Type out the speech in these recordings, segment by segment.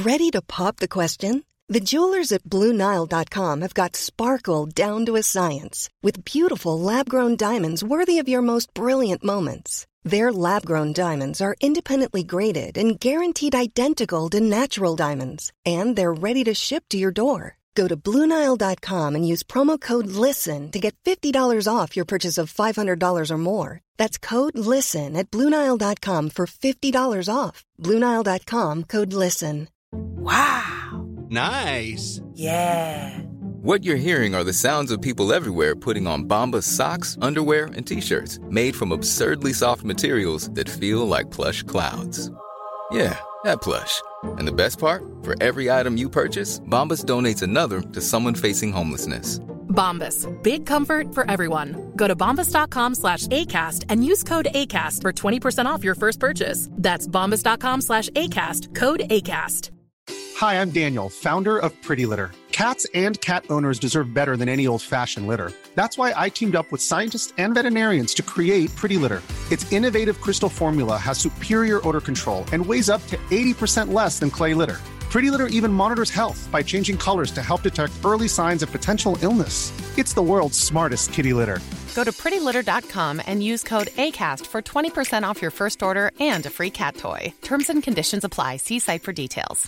Ready to pop the question? The jewelers at BlueNile.com have got sparkle down to a science with beautiful lab-grown diamonds worthy of your most brilliant moments. Their lab-grown diamonds are independently graded and guaranteed identical to natural diamonds, and they're ready to ship to your door. Go to BlueNile.com and use promo code LISTEN to get $50 off your purchase of $500 or more. That's code LISTEN at BlueNile.com for $50 off. BlueNile.com, code LISTEN. Wow. Nice. Yeah. What you're hearing are the sounds of people everywhere putting on Bombas socks, underwear, and T-shirts made from absurdly soft materials that feel like plush clouds. Yeah, that plush. And the best part? For every item you purchase, Bombas donates another to someone facing homelessness. Bombas. Big comfort for everyone. Go to bombas.com/ACAST and use code ACAST for 20% off your first purchase. That's bombas.com/ACAST. Code ACAST. Hi, I'm Daniel, founder of Pretty Litter. Cats and cat owners deserve better than any old-fashioned litter. That's why I teamed up with scientists and veterinarians to create Pretty Litter. Its innovative crystal formula has superior odor control and weighs up to 80% less than clay litter. Pretty Litter even monitors health by changing colors to help detect early signs of potential illness. It's the world's smartest kitty litter. Go to prettylitter.com and use code ACAST for 20% off your first order and a free cat toy. Terms and conditions apply. See site for details.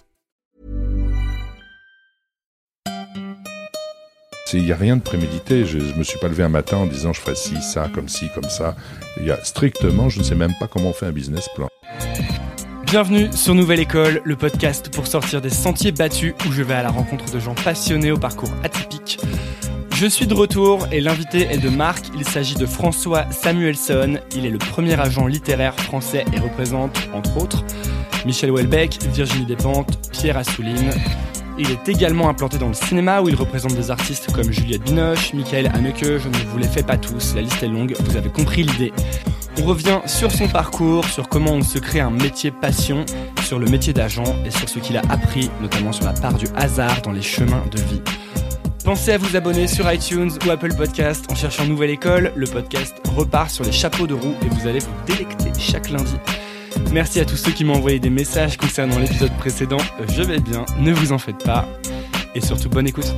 Il n'y a rien de prémédité. Je me suis pas levé un matin en disant je ferai ci, ça, comme ci, comme ça. Il y a strictement, je ne sais même pas comment on fait un business plan. Bienvenue sur Nouvelle École, le podcast pour sortir des sentiers battus où je vais à la rencontre de gens passionnés au parcours atypique. Je suis de retour et l'invité est de marque. Il s'agit de François Samuelsson. Il est le premier agent littéraire français et représente, entre autres, Michel Houellebecq, Virginie Despentes, Pierre Assouline. Il est également implanté dans le cinéma où il représente des artistes comme Juliette Binoche, Michael Haneke, je ne vous les fais pas tous, la liste est longue, vous avez compris l'idée. On revient sur son parcours, sur comment on se crée un métier passion, sur le métier d'agent et sur ce qu'il a appris, notamment sur la part du hasard dans les chemins de vie. Pensez à vous abonner sur iTunes ou Apple Podcast en cherchant Nouvelle École. Le podcast repart sur les chapeaux de roue et vous allez vous délecter chaque lundi. Merci à tous ceux qui m'ont envoyé des messages concernant l'épisode précédent. Je vais bien, ne vous en faites pas. Et surtout, bonne écoute.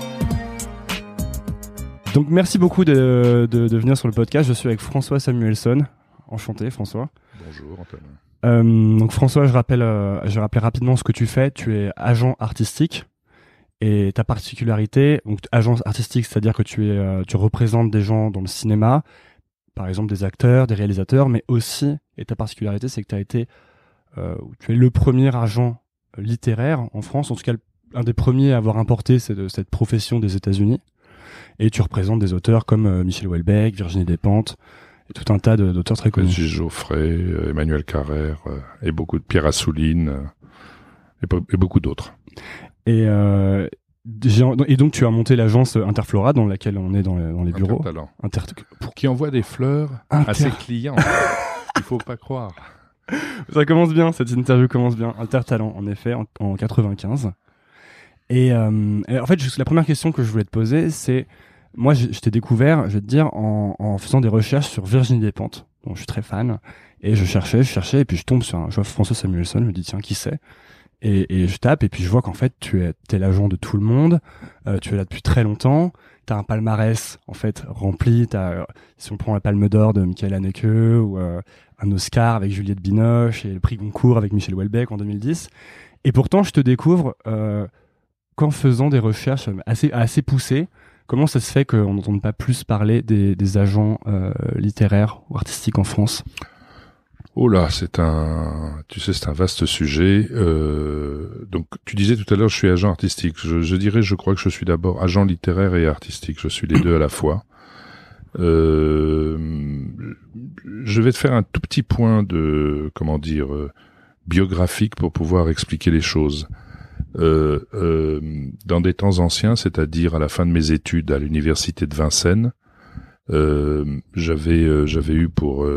Donc merci beaucoup de venir sur le podcast. Je suis avec François Samuelsson. Enchanté, François. Bonjour, Antoine. Donc François, je rappelle rapidement ce que tu fais. Tu es agent artistique. Et ta particularité, donc agent artistique, c'est-à-dire que tu représentes des gens dans le cinéma, par exemple des acteurs, des réalisateurs, mais aussi, et ta particularité, c'est que tu es le premier agent littéraire en France, en tout cas un des premiers à avoir importé cette profession des États-Unis. Et tu représentes des auteurs comme Michel Houellebecq, Virginie Despentes, et tout un tas d'auteurs très connus. Gilles Geoffrey, Emmanuel Carrère, et beaucoup de Pierre Assouline, et beaucoup d'autres. Et donc tu as monté l'agence Interflora dans laquelle on est dans les bureaux. Pour qui envoie des fleurs à ses clients. Il faut pas croire. Ça commence bien, cette interview commence bien. Intertalent, en effet, en 95. Et en fait, la première question que je voulais te poser, c'est, moi je t'ai découvert, je vais te dire, en faisant des recherches sur Virginie Despentes, dont je suis très fan, et je cherchais, et puis je tombe sur je vois François Samuelsson, je me dis tiens, qui c'est ? Et je tape et puis je vois qu'en fait t'es l'agent de tout le monde, tu es là depuis très longtemps, t'as un palmarès en fait rempli, si on prend la Palme d'Or de Michael Haneke ou un Oscar avec Juliette Binoche et le prix Goncourt avec Michel Houellebecq en 2010. Et pourtant je te découvre qu'en faisant des recherches assez poussées. Comment ça se fait qu'on n'entende pas plus parler des agents littéraires ou artistiques en France ? Oh là, c'est un vaste sujet. Donc, tu disais tout à l'heure, je suis agent artistique. Je crois que je suis d'abord agent littéraire et artistique. Je suis les deux à la fois. Je vais te faire un tout petit point biographique pour pouvoir expliquer les choses. Dans des temps anciens, c'est-à-dire à la fin de mes études à l'université de Vincennes, j'avais eu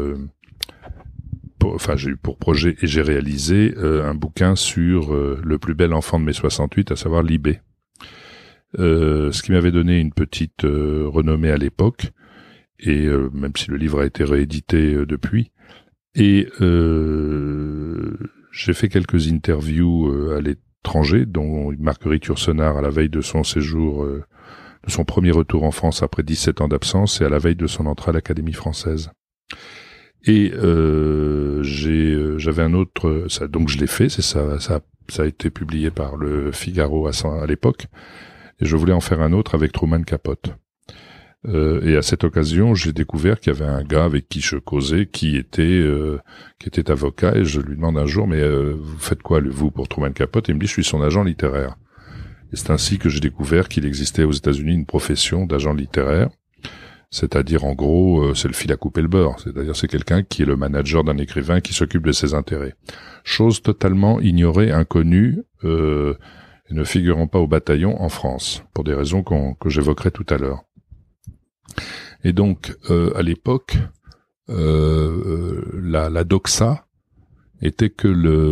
j'ai eu pour projet et j'ai réalisé un bouquin sur le plus bel enfant de mai 68, à savoir Libé. Ce qui m'avait donné une petite renommée à l'époque, et même si le livre a été réédité depuis. Et j'ai fait quelques interviews à l'étranger, dont Marguerite Yourcenar à la veille de son séjour, de son premier retour en France après 17 ans d'absence et à la veille de son entrée à l'Académie française. Et j'avais un autre, donc je l'ai fait, ça a été publié par le Figaro à l'époque, et je voulais en faire un autre avec Truman Capote. Et à cette occasion, j'ai découvert qu'il y avait un gars avec qui je causais, qui était avocat, et je lui demande un jour, mais vous faites quoi, vous, pour Truman Capote? Et il me dit, je suis son agent littéraire. Et c'est ainsi que j'ai découvert qu'il existait aux États-Unis une profession d'agent littéraire, c'est-à-dire, en gros, c'est le fil à couper le beurre. C'est-à-dire, c'est quelqu'un qui est le manager d'un écrivain qui s'occupe de ses intérêts. Chose totalement ignorée, inconnue, et ne figurant pas au bataillon en France, pour des raisons que j'évoquerai tout à l'heure. Et donc, à l'époque, la doxa était que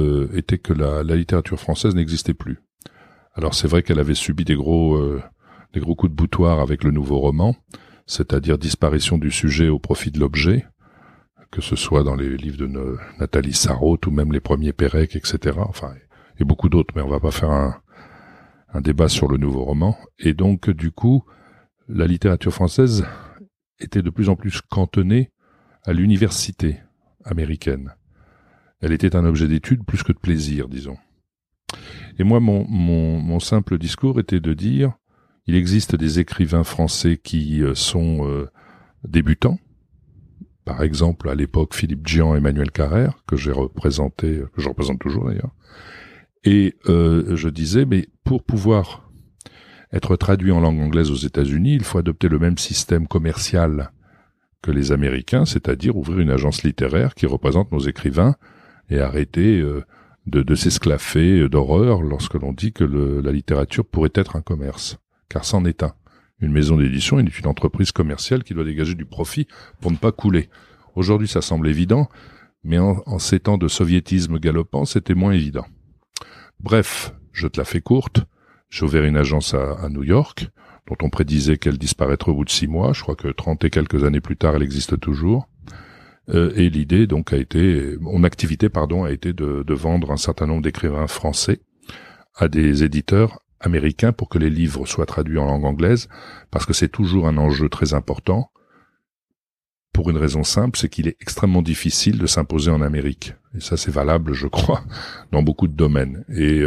la littérature française n'existait plus. Alors, c'est vrai qu'elle avait subi des gros coups de boutoir avec le nouveau roman, c'est-à-dire disparition du sujet au profit de l'objet, que ce soit dans les livres de Nathalie Sarraute ou même les premiers Pérec, etc. Enfin, et beaucoup d'autres, mais on va pas faire un débat sur le nouveau roman. Et donc, du coup, la littérature française était de plus en plus cantonnée à l'université américaine. Elle était un objet d'étude plus que de plaisir, disons. Et moi, mon simple discours était de dire, il existe des écrivains français qui sont débutants. Par exemple, à l'époque, Philippe Gian et Emmanuel Carrère, que je représente toujours d'ailleurs. Et je disais, mais pour pouvoir être traduit en langue anglaise aux États-Unis, il faut adopter le même système commercial que les Américains, c'est-à-dire ouvrir une agence littéraire qui représente nos écrivains et arrêter de s'esclaffer d'horreur lorsque l'on dit que la littérature pourrait être un commerce. Car c'en est un. Une maison d'édition est une entreprise commerciale qui doit dégager du profit pour ne pas couler. Aujourd'hui, ça semble évident, mais en ces temps de soviétisme galopant, c'était moins évident. Bref, je te la fais courte, j'ai ouvert une agence à New York, dont on prédisait qu'elle disparaîtrait au bout de 6 mois. Je crois que 30 et quelques années plus tard, elle existe toujours. Et l'idée, donc, mon activité, a été de vendre un certain nombre d'écrivains français à des éditeurs américains pour que les livres soient traduits en langue anglaise, parce que c'est toujours un enjeu très important, pour une raison simple, c'est qu'il est extrêmement difficile de s'imposer en Amérique. Et ça, c'est valable, je crois, dans beaucoup de domaines. Et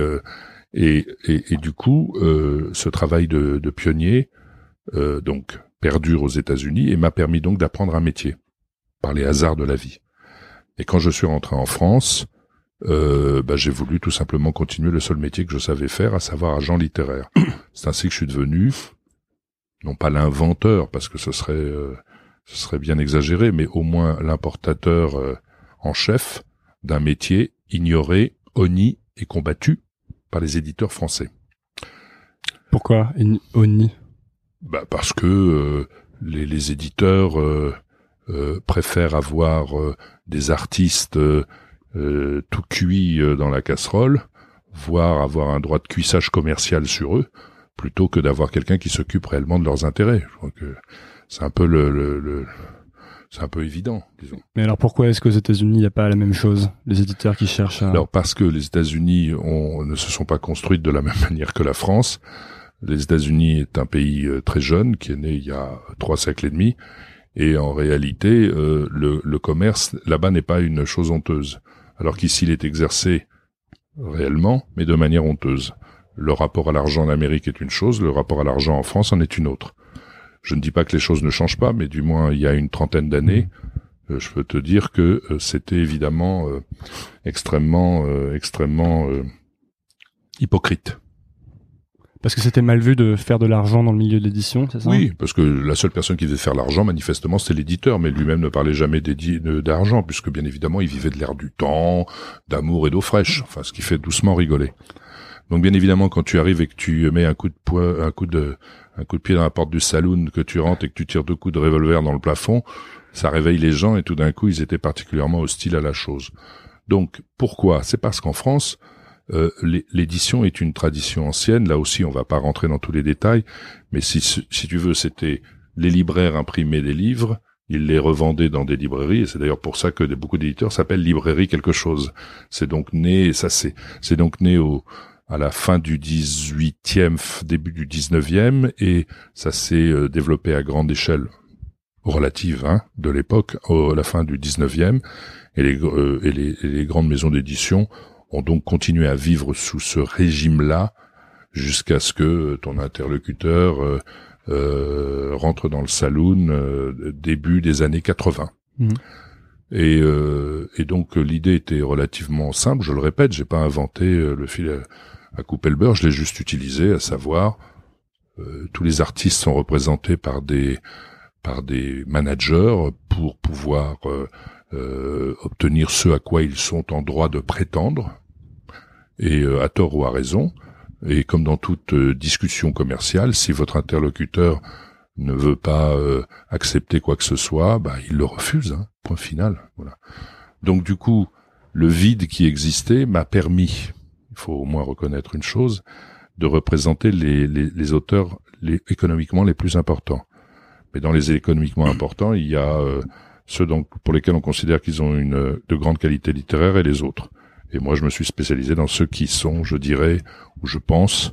du coup, ce travail de pionnier, donc, perdure aux États-Unis et m'a permis donc d'apprendre un métier, par les hasards de la vie. Et quand je suis rentré en France, j'ai voulu tout simplement continuer le seul métier que je savais faire, à savoir agent littéraire. C'est ainsi que je suis devenu, non pas l'inventeur, parce que ce serait bien exagéré, mais au moins l'importateur en chef d'un métier ignoré, honni et combattu par les éditeurs français. Pourquoi honni? Parce que les éditeurs préfèrent avoir des artistes tout cuits dans la casserole, voire avoir un droit de cuissage commercial sur eux, plutôt que d'avoir quelqu'un qui s'occupe réellement de leurs intérêts. Je crois que c'est un peu c'est un peu évident, disons. Mais alors pourquoi est-ce qu'aux États-Unis il n'y a pas la même chose, les éditeurs qui cherchent à... Alors parce que les États-Unis ne se sont pas construites de la même manière que la France. Les États-Unis est un pays très jeune, qui est né il y a 3 siècles et demi, et en réalité, le commerce là-bas n'est pas une chose honteuse. Alors qu'ici, il est exercé réellement, mais de manière honteuse. Le rapport à l'argent en Amérique est une chose, le rapport à l'argent en France en est une autre. Je ne dis pas que les choses ne changent pas, mais du moins, il y a une 30aine d'années, je peux te dire que c'était évidemment extrêmement hypocrite. Parce que c'était mal vu de faire de l'argent dans le milieu de l'édition, c'est ça? Oui, parce que la seule personne qui devait faire l'argent, manifestement, c'était l'éditeur, mais lui-même ne parlait jamais d'argent, puisque bien évidemment, il vivait de l'air du temps, d'amour et d'eau fraîche, enfin, ce qui fait doucement rigoler. Donc bien évidemment, quand tu arrives et que tu mets un coup de pied dans la porte du saloon, que tu rentres et que tu tires 2 coups de revolver dans le plafond, ça réveille les gens et tout d'un coup, ils étaient particulièrement hostiles à la chose. Donc, pourquoi? C'est parce qu'en France, l'édition est une tradition ancienne. Là aussi, on va pas rentrer dans tous les détails, mais si tu veux, c'était les libraires imprimaient des livres, ils les revendaient dans des librairies, et c'est d'ailleurs pour ça que beaucoup d'éditeurs s'appellent librairie quelque chose. C'est donc né à la fin du 18e, début du 19e, et ça s'est développé à grande échelle relative de l'époque, à la fin du 19e, et les grandes maisons d'édition ont donc continué à vivre sous ce régime-là jusqu'à ce que ton interlocuteur rentre dans le saloon début des années 80. Et donc l'idée était relativement simple, je le répète, j'ai pas inventé le fil à couper le beurre, je l'ai juste utilisé, à savoir tous les artistes sont représentés par des managers pour pouvoir obtenir ce à quoi ils sont en droit de prétendre, et à tort ou à raison. Et comme dans toute discussion commerciale, si votre interlocuteur ne veut pas accepter quoi que ce soit, il le refuse, point final. Voilà. Donc du coup, le vide qui existait m'a permis, il faut au moins reconnaître une chose, de représenter les auteurs économiquement les plus importants. Mais dans les économiquement importants, il y a ceux pour lesquels on considère qu'ils ont de grande qualité littéraire et les autres. Et moi, je me suis spécialisé dans ceux qui sont, je dirais, ou je pense,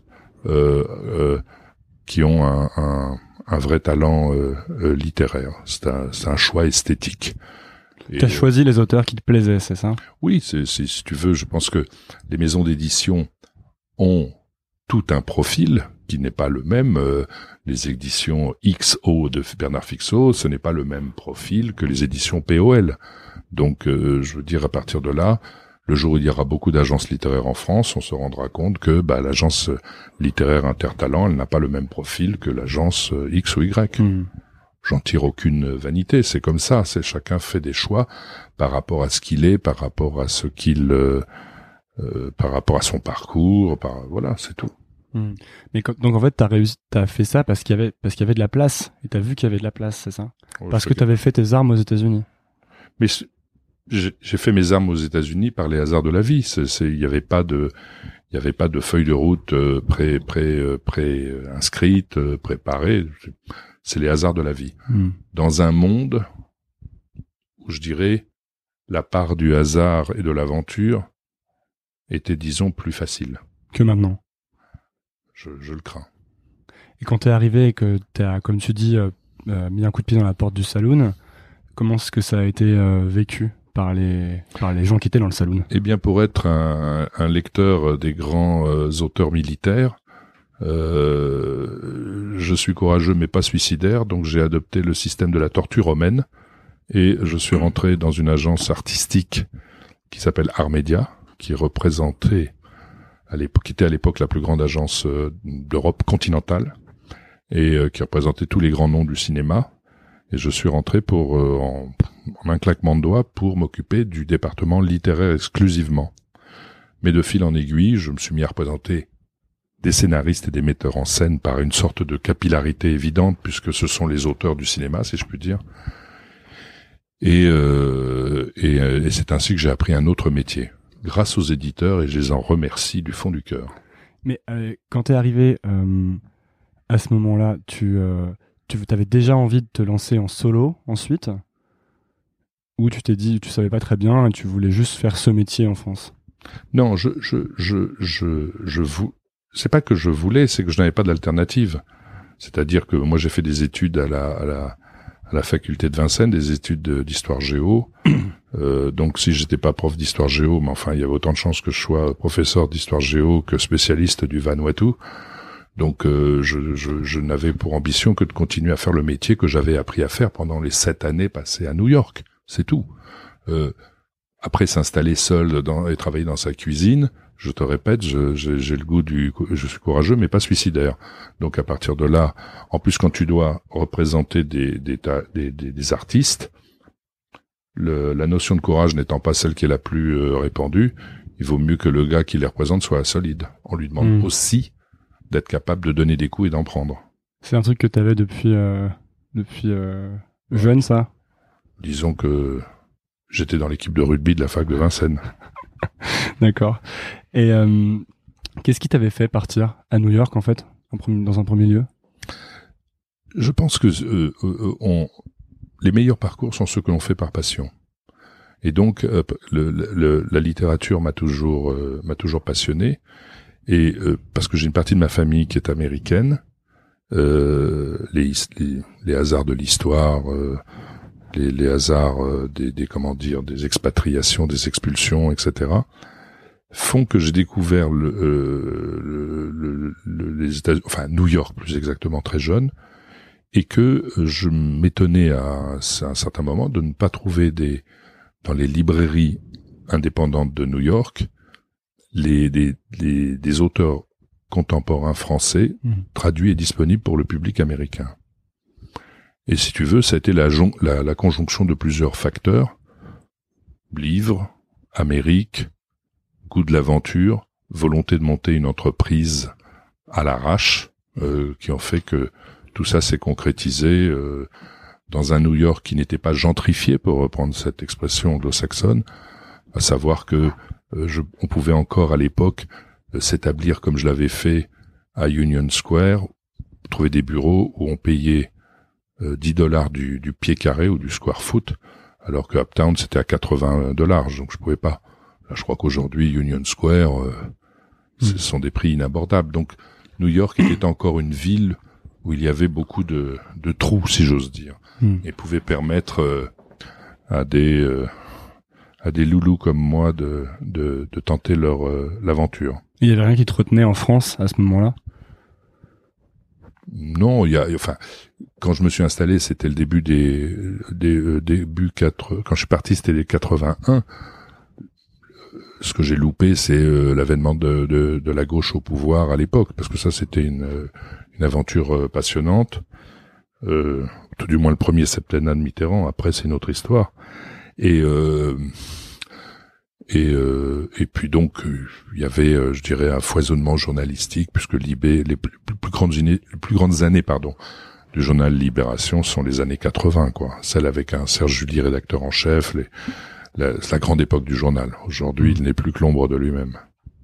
qui ont un vrai talent littéraire. C'est un choix esthétique. T'as choisi les auteurs qui te plaisaient, c'est ça? Oui, si tu veux, je pense que les maisons d'édition ont tout un profil qui n'est pas le même. Les éditions XO de Bernard Fixot, ce n'est pas le même profil que les éditions POL. Donc, je veux dire, à partir de là, le jour où il y aura beaucoup d'agences littéraires en France, on se rendra compte que l'agence littéraire Intertalent, elle n'a pas le même profil que l'agence X ou Y. J'en tire aucune vanité, c'est comme ça. Chacun fait des choix par rapport à ce qu'il est, par rapport à ce qu'il, par rapport à son parcours, voilà, c'est tout. Mais donc en fait, t'as fait ça parce qu'il y avait de la place, et t'as vu qu'il y avait de la place, c'est ça? Parce que t'avais fait tes armes aux États-Unis. Mais j'ai fait mes armes aux États-Unis par les hasards de la vie. Il y avait pas de feuille de route inscrite, préparée. C'est les hasards de la vie. Dans un monde où, je dirais, la part du hasard et de l'aventure était, disons, plus facile. Que maintenant. Je le crains. Et quand t'es arrivé et que t'as, comme tu dis, mis un coup de pied dans la porte du saloon, comment est-ce que ça a été vécu par les gens qui étaient dans le saloon? Eh bien, pour être un lecteur des grands auteurs militaires, je suis courageux mais pas suicidaire, donc j'ai adopté le système de la tortue romaine et je suis rentré dans une agence artistique qui s'appelle Armedia, qui représentait qui était à l'époque la plus grande agence d'Europe continentale et qui représentait tous les grands noms du cinéma. Et je suis rentré en un claquement de doigts pour m'occuper du département littéraire exclusivement. Mais de fil en aiguille, je me suis mis à représenter des scénaristes et des metteurs en scène par une sorte de capillarité évidente, puisque ce sont les auteurs du cinéma, si je puis dire. Et c'est ainsi que j'ai appris un autre métier, grâce aux éditeurs, et je les en remercie du fond du cœur. Mais quand t'es arrivé à ce moment-là, tu avais déjà envie de te lancer en solo ensuite, ou tu t'es dit, tu savais pas très bien et tu voulais juste faire ce métier en France? Non, c'est pas que je voulais, c'est que je n'avais pas d'alternative. C'est-à-dire que moi j'ai fait des études à la faculté de Vincennes, des études d'histoire géo. Donc si j'étais pas prof d'histoire géo, mais enfin il y avait autant de chances que je sois professeur d'histoire géo que spécialiste du Vanuatu. Donc je n'avais pour ambition que de continuer à faire le métier que j'avais appris à faire pendant les 7 années passées à New York. C'est tout. Après s'installer seul et travailler dans sa cuisine, je te répète, j'ai le goût je suis courageux mais pas suicidaire. Donc à partir de là, en plus quand tu dois représenter des artistes, la notion de courage n'étant pas celle qui est la plus répandue, il vaut mieux que le gars qui les représente soit solide. On lui demande aussi d'être capable de donner des coups et d'en prendre. C'est un truc que t'avais depuis jeune, ça? Disons que j'étais dans l'équipe de rugby de la fac de Vincennes. D'accord. Et qu'est-ce qui t'avait fait partir à New York, en fait, dans un premier lieu? Je pense que les meilleurs parcours sont ceux que l'on fait par passion. Et donc, la littérature m'a toujours passionné. Et parce que j'ai une partie de ma famille qui est américaine, les hasards de l'histoire, les hasards des expatriations, des expulsions, etc., font que j'ai découvert les États-Unis, enfin New York plus exactement, très jeune, et que je m'étonnais à un certain moment de ne pas trouver dans les librairies indépendantes de New York des auteurs contemporains français traduits et disponibles pour le public américain. Et si tu veux, ça a été la conjonction de plusieurs facteurs: livres, Amérique, goût de l'aventure, volonté de monter une entreprise à l'arrache, qui ont fait que tout ça s'est concrétisé dans un New York qui n'était pas gentrifié, pour reprendre cette expression anglo-saxonne, à savoir que on pouvait encore à l'époque s'établir comme je l'avais fait à Union Square, trouver des bureaux où on payait $10 du pied carré ou du square foot, alors que Uptown c'était à $80, donc je pouvais pas. Là, je crois qu'aujourd'hui Union Square, ce sont des prix inabordables. Donc New York était encore une ville où il y avait beaucoup de trous, si j'ose dire, et pouvait permettre à des loulous comme moi de tenter l'aventure. Il y avait rien qui te retenait en France à ce moment-là? Non, quand je me suis installé, c'était le début quand je suis parti, c'était les 81. Ce que j'ai loupé, c'est l'avènement de la gauche au pouvoir à l'époque, parce que ça, c'était une aventure passionnante. Tout du moins le premier septennat de Mitterrand. Après, c'est une autre histoire. Et puis donc il y avait, je dirais, un foisonnement journalistique, puisque Libé, les plus grandes années du journal Libération sont les années 80, quoi. Celle avec un Serge July rédacteur en chef, la grande époque du journal. Aujourd'hui, il n'est plus que l'ombre de lui-même.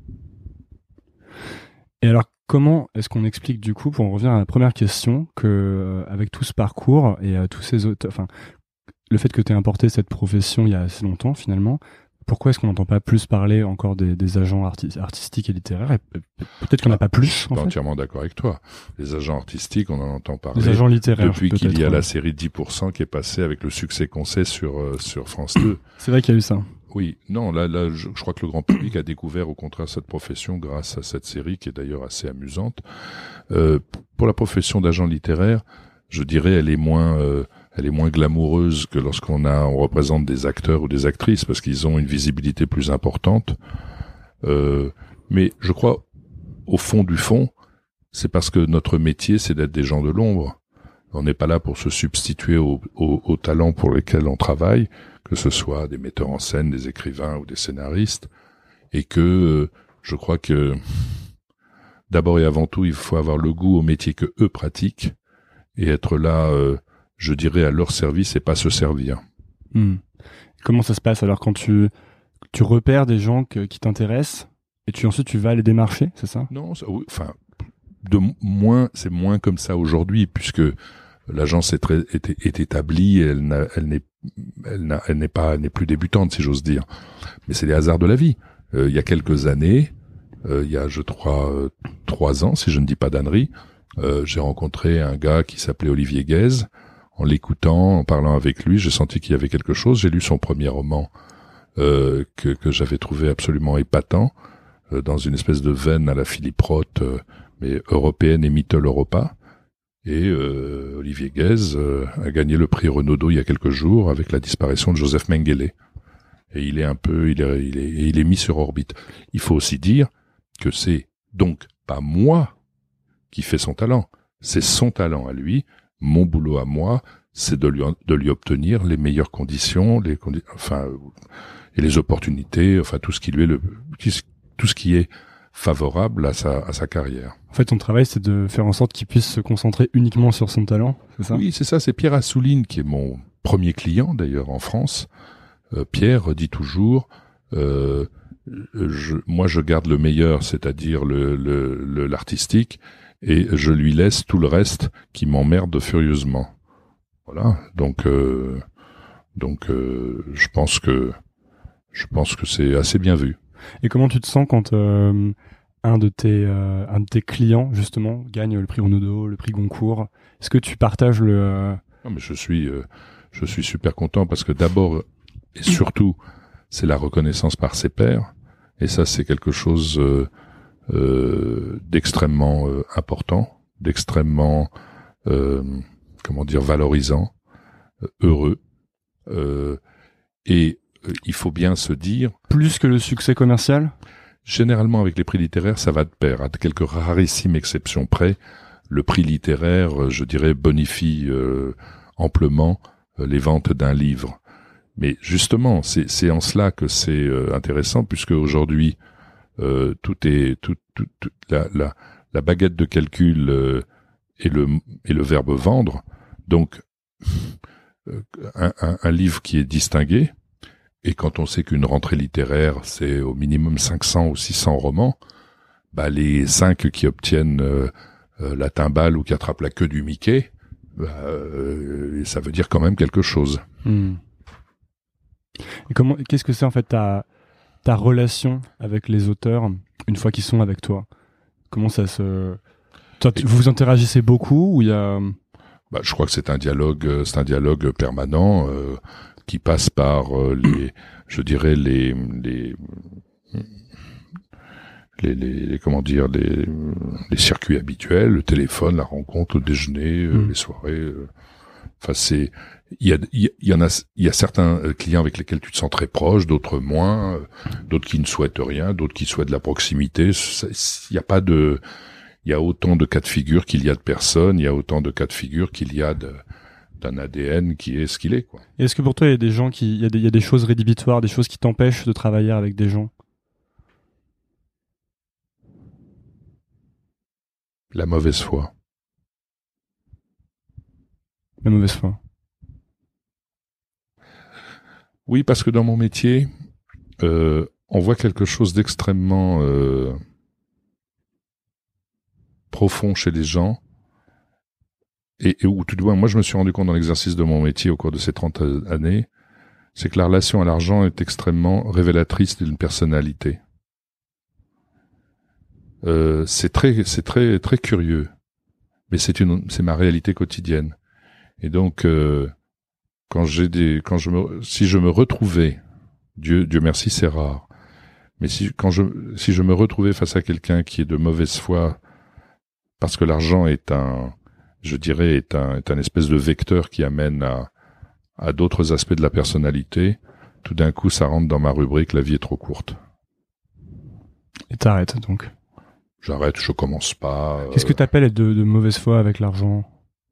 Et alors, comment est-ce qu'on explique, du coup, pour en revenir à la première question, que avec tout ce parcours et tous ces autres, enfin, le fait que tu aies importé cette profession il y a assez longtemps, finalement, pourquoi est-ce qu'on n'entend pas plus parler encore des agents artistiques et littéraires, et peut-être qu'on n'a pas plus, je suis pas entièrement d'accord avec toi. Les agents artistiques, on en entend parler. Les agents littéraires, depuis qu'il y a la série 10% qui est passée avec le succès qu'on sait sur France 2. C'est vrai qu'il y a eu ça. Oui, non, là, je crois que le grand public a découvert au contraire cette profession grâce à cette série qui est d'ailleurs assez amusante. Pour la profession d'agent littéraire, je dirais, elle est moins glamoureuse que lorsqu'on représente des acteurs ou des actrices, parce qu'ils ont une visibilité plus importante. Mais je crois, au fond du fond, c'est parce que notre métier, c'est d'être des gens de l'ombre. On n'est pas là pour se substituer aux talents pour lesquels on travaille, que ce soit des metteurs en scène, des écrivains ou des scénaristes, et que je crois que d'abord et avant tout, il faut avoir le goût au métier que eux pratiquent et être là, je dirais, à leur service et pas se servir. Comment ça se passe alors quand tu repères des gens qui t'intéressent et ensuite tu vas les démarcher, c'est ça? Non, oui, enfin, c'est moins comme ça aujourd'hui, puisque l'agence est établie, elle n'est plus débutante, si j'ose dire. Mais c'est les hasards de la vie. Il y a quelques années, il y a, je crois, 3 ans, si je ne dis pas d'ânerie, j'ai rencontré un gars qui s'appelait Olivier Guèze. En l'écoutant, en parlant avec lui, j'ai senti qu'il y avait quelque chose. J'ai lu son premier roman que j'avais trouvé absolument épatant, dans une espèce de veine à la Philippe Roth, mais européenne et Mittel Europa. Et Olivier Guèze a gagné le prix Renaudot il y a quelques jours avec la disparition de Joseph Mengele. Et il est mis sur orbite. Il faut aussi dire que c'est donc pas moi qui fait son talent, c'est son talent à lui. Mon boulot à moi, c'est de lui obtenir les meilleures conditions, et les opportunités, enfin tout ce qui est favorable à sa carrière. En fait, ton travail, c'est de faire en sorte qu'il puisse se concentrer uniquement sur son talent, c'est ça? Oui, c'est ça. C'est Pierre Assouline qui est mon premier client d'ailleurs en France. Pierre dit toujours, moi je garde le meilleur, c'est-à-dire l'artistique. Et je lui laisse tout le reste qui m'emmerde furieusement. Voilà. Donc, je pense que c'est assez bien vu. Et comment tu te sens quand un de tes clients justement gagne le prix Renaudot, le prix Goncourt. Est-ce que tu partages le Non, mais je suis super content parce que d'abord et surtout, c'est la reconnaissance par ses pairs, et ça c'est quelque chose d'extrêmement important, d'extrêmement valorisant, heureux, et il faut bien se dire plus que le succès commercial. Généralement, avec les prix littéraires, ça va de pair. À quelques rarissimes exceptions près, le prix littéraire, je dirais, bonifie amplement les ventes d'un livre. Mais justement, c'est en cela que c'est intéressant, puisque aujourd'hui, la baguette de calcul est le verbe vendre. Donc, un livre qui est distingué, et quand on sait qu'une rentrée littéraire, c'est au minimum 500 ou 600 romans, bah les 5 qui obtiennent la timbale ou qui attrapent la queue du Mickey, ça veut dire quand même quelque chose. Et qu'est-ce que c'est en fait ta relation avec les auteurs une fois qu'ils sont avec toi? Comment ça se... Toi, vous interagissez beaucoup ou il y a... Je crois que c'est un dialogue permanent qui passe par les circuits habituels, le téléphone, la rencontre, le déjeuner, les soirées. Il y a certains clients avec lesquels tu te sens très proche, d'autres moins, d'autres qui ne souhaitent rien, d'autres qui souhaitent la proximité. Il y a autant de cas de figure qu'il y a de personnes, il y a autant de cas de figure qu'il y a d'un ADN qui est ce qu'il est, quoi. Et est-ce que pour toi, il y a des gens il y a des choses rédhibitoires, des choses qui t'empêchent de travailler avec des gens? La mauvaise foi. La mauvaise foi. Oui, parce que dans mon métier, on voit quelque chose d'extrêmement profond chez les gens, et où tout de moins, moi je me suis rendu compte dans l'exercice de mon métier au cours de ces 30 années, c'est que la relation à l'argent est extrêmement révélatrice d'une personnalité. C'est très très curieux, mais c'est ma réalité quotidienne. Et donc si je me retrouvais, Dieu merci c'est rare, mais si je me retrouvais face à quelqu'un qui est de mauvaise foi, parce que l'argent est un espèce de vecteur qui amène à d'autres aspects de la personnalité, tout d'un coup ça rentre dans ma rubrique, la vie est trop courte. Et t'arrêtes donc? J'arrête, je commence pas. Qu'est-ce que t'appelles être de mauvaise foi avec l'argent?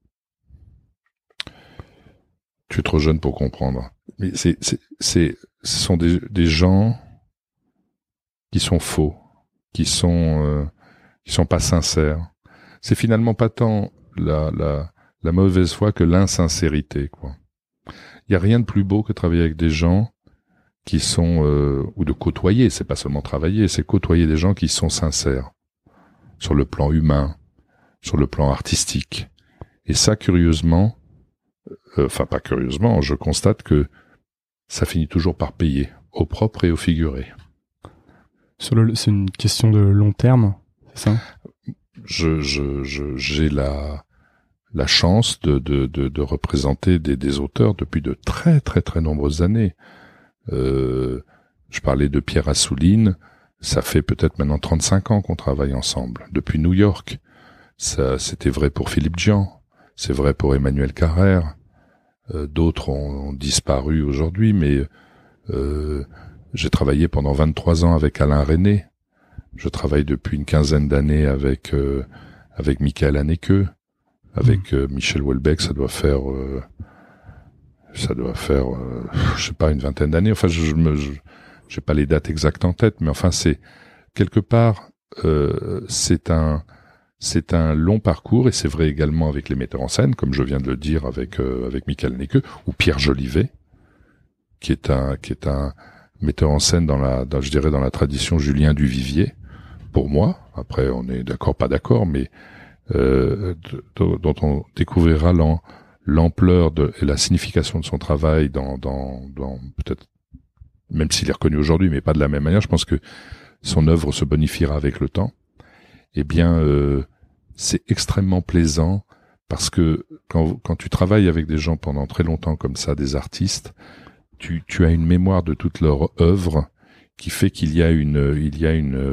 Tu es trop jeune pour comprendre. Mais ce sont des gens qui sont faux, qui sont pas sincères. C'est finalement pas tant la mauvaise foi que l'insincérité, quoi. Il y a rien de plus beau que travailler avec des gens qui sont ou de côtoyer, c'est pas seulement travailler, c'est côtoyer des gens qui sont sincères sur le plan humain, sur le plan artistique. Et ça, curieusement, pas curieusement, je constate que ça finit toujours par payer, au propre et au figuré. C'est une question de long terme, c'est ça? J'ai la chance de représenter des auteurs depuis de très très très nombreuses années. Je parlais de Pierre Assouline, ça fait peut-être maintenant 35 ans qu'on travaille ensemble, depuis New York. Ça, c'était vrai pour Philippe Dian, c'est vrai pour Emmanuel Carrère. D'autres ont disparu aujourd'hui, mais j'ai travaillé pendant 23 ans avec Alain Resnais. Je travaille depuis une quinzaine d'années avec Michael Haneke, avec Michel Houellebecq, ça doit faire je sais pas, une vingtaine d'années. Enfin, j'ai pas les dates exactes en tête, mais enfin c'est quelque part c'est un long parcours, et c'est vrai également avec les metteurs en scène, comme je viens de le dire avec Michael Haneke ou Pierre Jolivet, qui est un metteur en scène dans la tradition Julien Duvivier. Pour moi, après on est d'accord, pas d'accord, mais dont on découvrira l'ampleur et la signification de son travail dans peut-être, même s'il est reconnu aujourd'hui, mais pas de la même manière. Je pense que son œuvre se bonifiera avec le temps. eh bien, c'est extrêmement plaisant parce que quand tu travailles avec des gens pendant très longtemps comme ça, des artistes, tu as une mémoire de toute leur œuvre qui fait qu'il y a une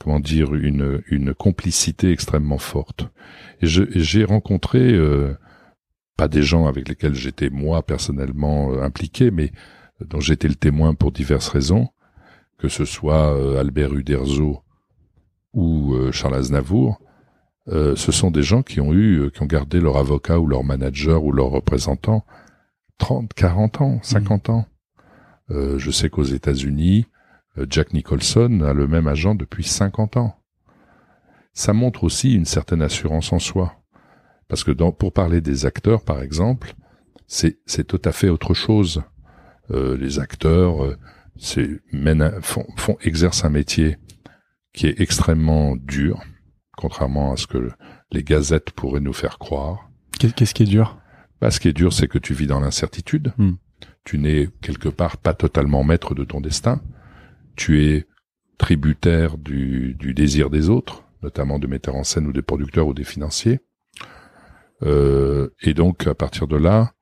complicité extrêmement forte. Et j'ai rencontré pas des gens avec lesquels j'étais moi personnellement impliqué, mais dont j'étais le témoin pour diverses raisons, que ce soit Albert Uderzo ou Charles Aznavour. Ce sont des gens qui ont gardé leur avocat ou leur manager ou leur représentant 30, 40 ans, 50 ans. Je sais qu'aux États-Unis, Jack Nicholson a le même agent depuis 50 ans. Ça montre aussi une certaine assurance en soi. Parce que pour parler des acteurs, par exemple, c'est tout à fait autre chose. Les acteurs exercent un métier qui est extrêmement dur, contrairement à ce que les gazettes pourraient nous faire croire. Qu'est-ce qui est dur ? Ce qui est dur, c'est que tu vis dans l'incertitude. Tu n'es quelque part pas totalement maître de ton destin. Tu es tributaire du désir des autres, notamment de metteurs en scène ou des producteurs ou des financiers. Et donc, à partir de là,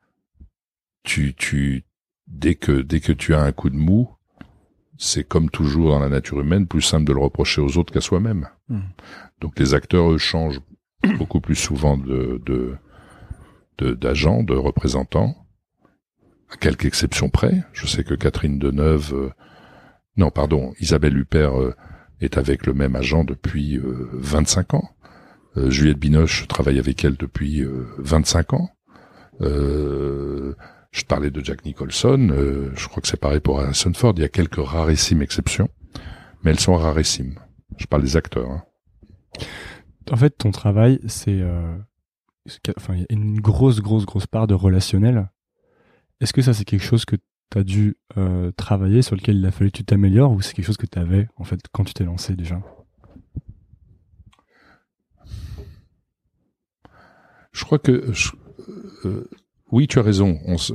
dès que tu as un coup de mou, c'est comme toujours dans la nature humaine, plus simple de le reprocher aux autres qu'à soi-même. Donc les acteurs, eux, changent beaucoup plus souvent d'agents, de représentants, à quelques exceptions près. Je sais que Isabelle Huppert est avec le même agent depuis 25 ans. Juliette Binoche travaille avec elle depuis 25 ans. Je parlais de Jack Nicholson, je crois que c'est pareil pour Harrison Ford. Il y a quelques rarissimes exceptions, mais elles sont rarissimes. Je parle des acteurs. Hein. En fait, ton travail, il y a une grosse part de relationnel. Est-ce que ça, c'est quelque chose que tu as dû travailler, sur lequel il a fallu que tu t'améliores, ou c'est quelque chose que tu avais, en fait, quand tu t'es lancé déjà ? Je crois que oui, tu as raison.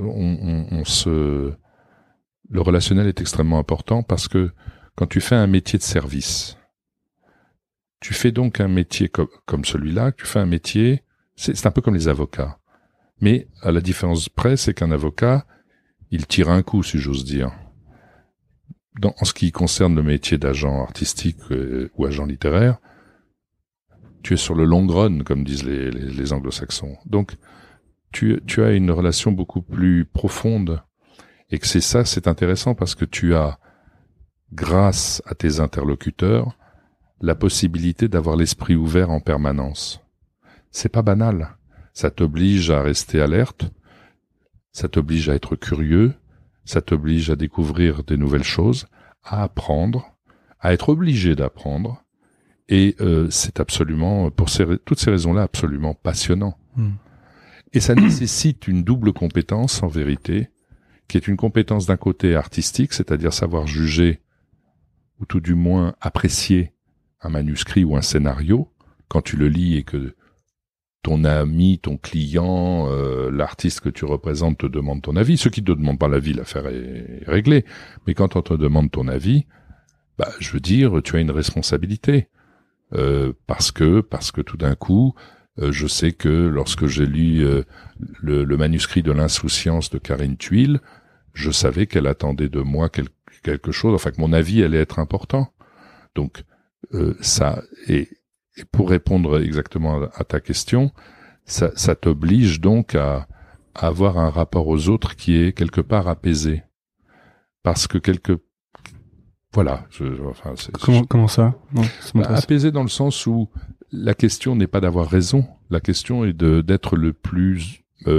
Le relationnel est extrêmement important parce que quand tu fais un métier de service, tu fais donc un métier comme celui-là. Tu fais un métier, c'est un peu comme les avocats, mais à la différence près, c'est qu'un avocat, il tire un coup, si j'ose dire. En ce qui concerne le métier d'agent artistique ou agent littéraire, tu es sur le long run, comme disent les anglo-saxons. Donc, tu as une relation beaucoup plus profonde. Et que c'est intéressant parce que tu as, grâce à tes interlocuteurs, la possibilité d'avoir l'esprit ouvert en permanence. C'est pas banal. Ça t'oblige à rester alerte. Ça t'oblige à être curieux. Ça t'oblige à découvrir des nouvelles choses, à apprendre, à être obligé d'apprendre. Et c'est absolument, pour toutes ces raisons-là, absolument passionnant. Et ça nécessite une double compétence, en vérité, qui est une compétence d'un côté artistique, c'est-à-dire savoir juger, ou tout du moins apprécier un manuscrit ou un scénario, quand tu le lis et que ton ami, ton client, l'artiste que tu représentes te demande ton avis. Ceux qui ne te demandent pas l'avis, l'affaire est réglée. Mais quand on te demande ton avis, je veux dire, tu as une responsabilité. Parce que tout d'un coup, je sais que lorsque j'ai lu le manuscrit de l'Insouciance de Karine Thuil, je savais qu'elle attendait de moi quelque chose, enfin que mon avis allait être important. Donc ça, et pour répondre exactement à ta question, ça t'oblige donc à avoir un rapport aux autres qui est quelque part apaisé, parce que voilà. Comment ça ? Non, apaisé dans le sens où la question n'est pas d'avoir raison. La question est d'être le plus,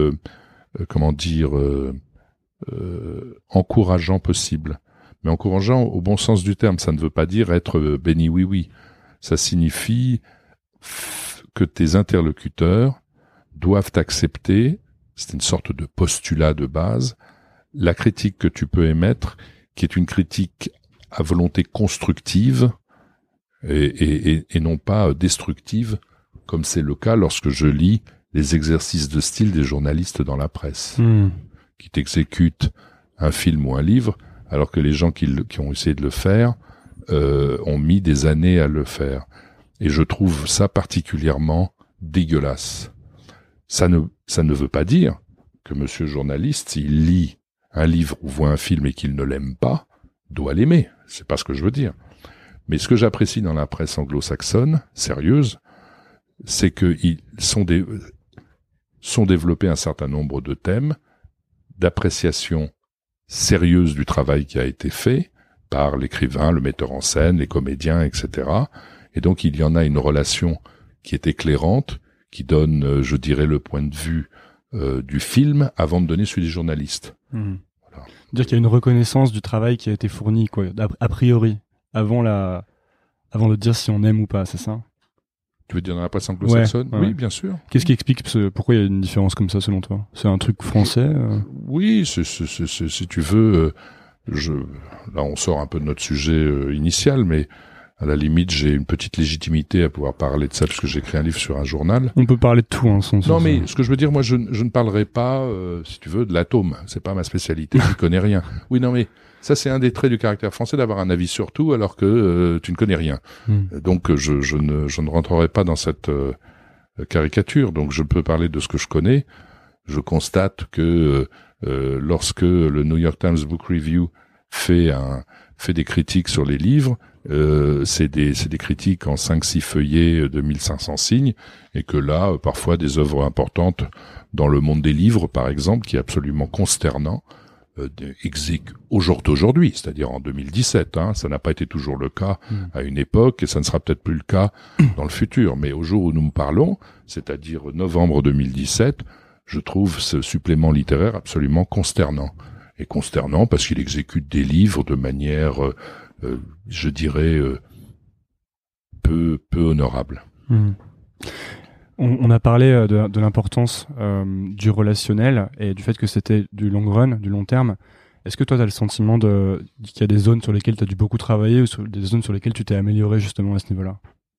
encourageant possible. Mais encourageant au bon sens du terme. Ça ne veut pas dire être béni oui. Ça signifie que tes interlocuteurs doivent accepter, c'est une sorte de postulat de base, la critique que tu peux émettre, qui est une critique à volonté constructive et non pas destructive, comme c'est le cas lorsque je lis les exercices de style des journalistes dans la presse, qui t'exécutent un film ou un livre, alors que les gens qui ont essayé de le faire ont mis des années à le faire. Et je trouve ça particulièrement dégueulasse. Ça ne veut pas dire que monsieur journaliste, s'il lit un livre ou voit un film et qu'il ne l'aime pas, doit l'aimer. C'est pas ce que je veux dire. Mais ce que j'apprécie dans la presse anglo-saxonne, sérieuse, c'est qu'ils sont développés un certain nombre de thèmes d'appréciation sérieuse du travail qui a été fait par l'écrivain, le metteur en scène, les comédiens, etc. Et donc il y en a une relation qui est éclairante, qui donne, je dirais, le point de vue du film avant de donner celui des journalistes. Voilà. Dire qu'il y a une reconnaissance du travail qui a été fourni, quoi, a priori, avant de dire si on aime ou pas, c'est ça ? Tu veux dire dans la presse anglo-saxonne ? Ouais. Oui, bien sûr. Qu'est-ce qui explique pourquoi il y a une différence comme ça selon toi ? C'est un truc français Oui, si tu veux, là on sort un peu de notre sujet initial, mais à la limite j'ai une petite légitimité à pouvoir parler de ça parce que j'ai écrit un livre sur un journal. On peut parler de tout, hein, Non, mais ce que je veux dire, moi je ne parlerai pas, si tu veux, de l'atome. C'est pas ma spécialité, je connais rien. Oui, non, mais ça c'est un des traits du caractère français d'avoir un avis sur tout alors que tu ne connais rien. Donc je ne rentrerai pas dans cette caricature. Donc je peux parler de ce que je connais. Je constate que lorsque le New York Times Book Review fait des critiques sur les livres, c'est des critiques en 5-6 feuillets de 1500 signes, et que là, parfois des œuvres importantes dans le monde des livres, par exemple, qui est absolument consternant, aujourd'hui, c'est-à-dire en 2017, ça n'a pas été toujours le cas à une époque, et ça ne sera peut-être plus le cas dans le futur, mais au jour où nous parlons, c'est-à-dire novembre 2017, je trouve ce supplément littéraire absolument consternant. Et consternant parce qu'il exécute des livres de manière, je dirais, peu honorable. On a parlé de l'importance du relationnel et du fait que c'était du long run, du long terme. Est-ce que toi, tu as le sentiment qu'il y a des zones sur lesquelles tu as dû beaucoup travailler ou des zones sur lesquelles tu t'es amélioré justement à ce niveau-là ?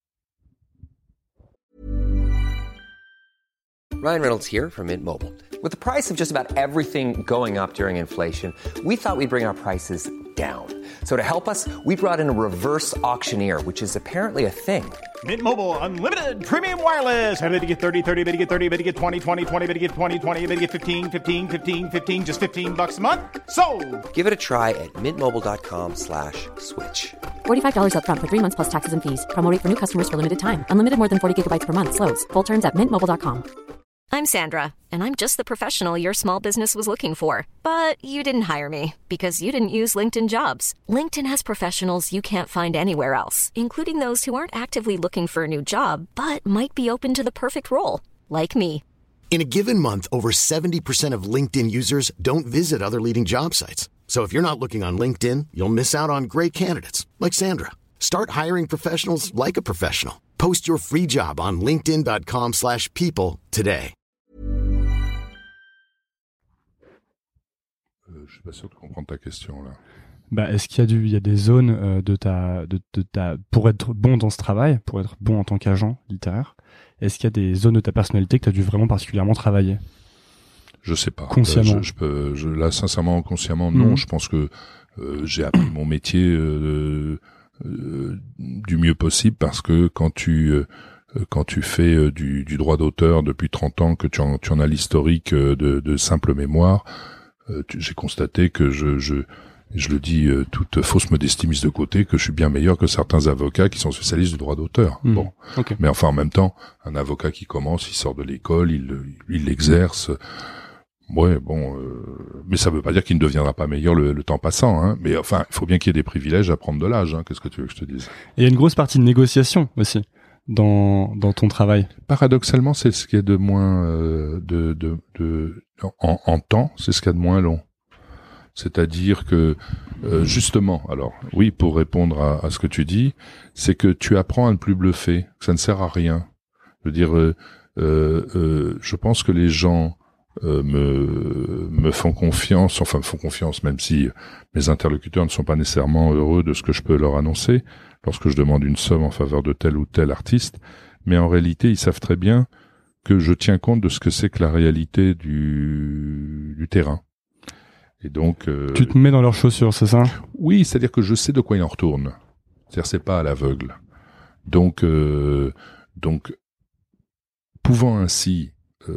Ryan Reynolds here from Mint Mobile. With the price of just about everything going up during inflation, we thought we'd bring our prices down. So to help us, we brought in a reverse auctioneer, which is apparently a thing. Mint Mobile Unlimited Premium Wireless. How to get 30, 30, how to get 30, how to get 20, 20, 20, how to get 20, 20, how to get 15, 15, 15, 15, just $15 a month? Sold! Give it a try at mintmobile.com/switch. $45 up front for 3 months plus taxes and fees. Promo rate for new customers for limited time. Unlimited more than 40 gigabytes per month. Slows full terms at mintmobile.com. I'm Sandra, and I'm just the professional your small business was looking for. But you didn't hire me because you didn't use LinkedIn Jobs. LinkedIn has professionals you can't find anywhere else, including those who aren't actively looking for a new job, but might be open to the perfect role, like me. In a given month, over 70% of LinkedIn users don't visit other leading job sites. So if you're not looking on LinkedIn, you'll miss out on great candidates like Sandra. Start hiring professionals like a professional. Post your free job on linkedin.com/people today. Je suis pas sûr de comprendre ta question là. Est-ce qu'il y a des zones pour être bon dans ce travail, pour être bon en tant qu'agent littéraire, est-ce qu'il y a des zones de ta personnalité que tu as dû vraiment particulièrement travailler ? Je sais pas. Consciemment. Là, sincèrement, consciemment, non. Je pense que j'ai appris mon métier du mieux possible parce que quand tu fais du droit d'auteur depuis 30 ans, que tu en as l'historique de simple mémoire, j'ai constaté que je le dis toute fausse modestie mise de côté, que je suis bien meilleur que certains avocats qui sont spécialistes du droit d'auteur. Bon, okay. Mais enfin en même temps, un avocat qui commence, il sort de l'école, il l'exerce. Ouais, bon, mais ça veut pas dire qu'il ne deviendra pas meilleur le temps passant, hein. Mais enfin, il faut bien qu'il y ait des privilèges à prendre de l'âge, hein. Qu'est-ce que tu veux que je te dise ? Et il y a une grosse partie de négociation aussi dans ton travail. Paradoxalement, c'est ce qui est de moins en temps, c'est ce qu'il y a de moins long. C'est-à-dire que justement, alors oui, pour répondre à ce que tu dis, c'est que tu apprends à ne plus bluffer, que ça ne sert à rien. Je veux dire, je pense que les gens me font confiance, même si mes interlocuteurs ne sont pas nécessairement heureux de ce que je peux leur annoncer lorsque je demande une somme en faveur de tel ou tel artiste, mais en réalité, ils savent très bien que je tiens compte de ce que c'est que la réalité du terrain. Et donc tu te mets dans leurs chaussures, c'est ça ? Oui, c'est-à-dire que je sais de quoi il en retourne. C'est-à-dire c'est pas à l'aveugle. Donc pouvant ainsi,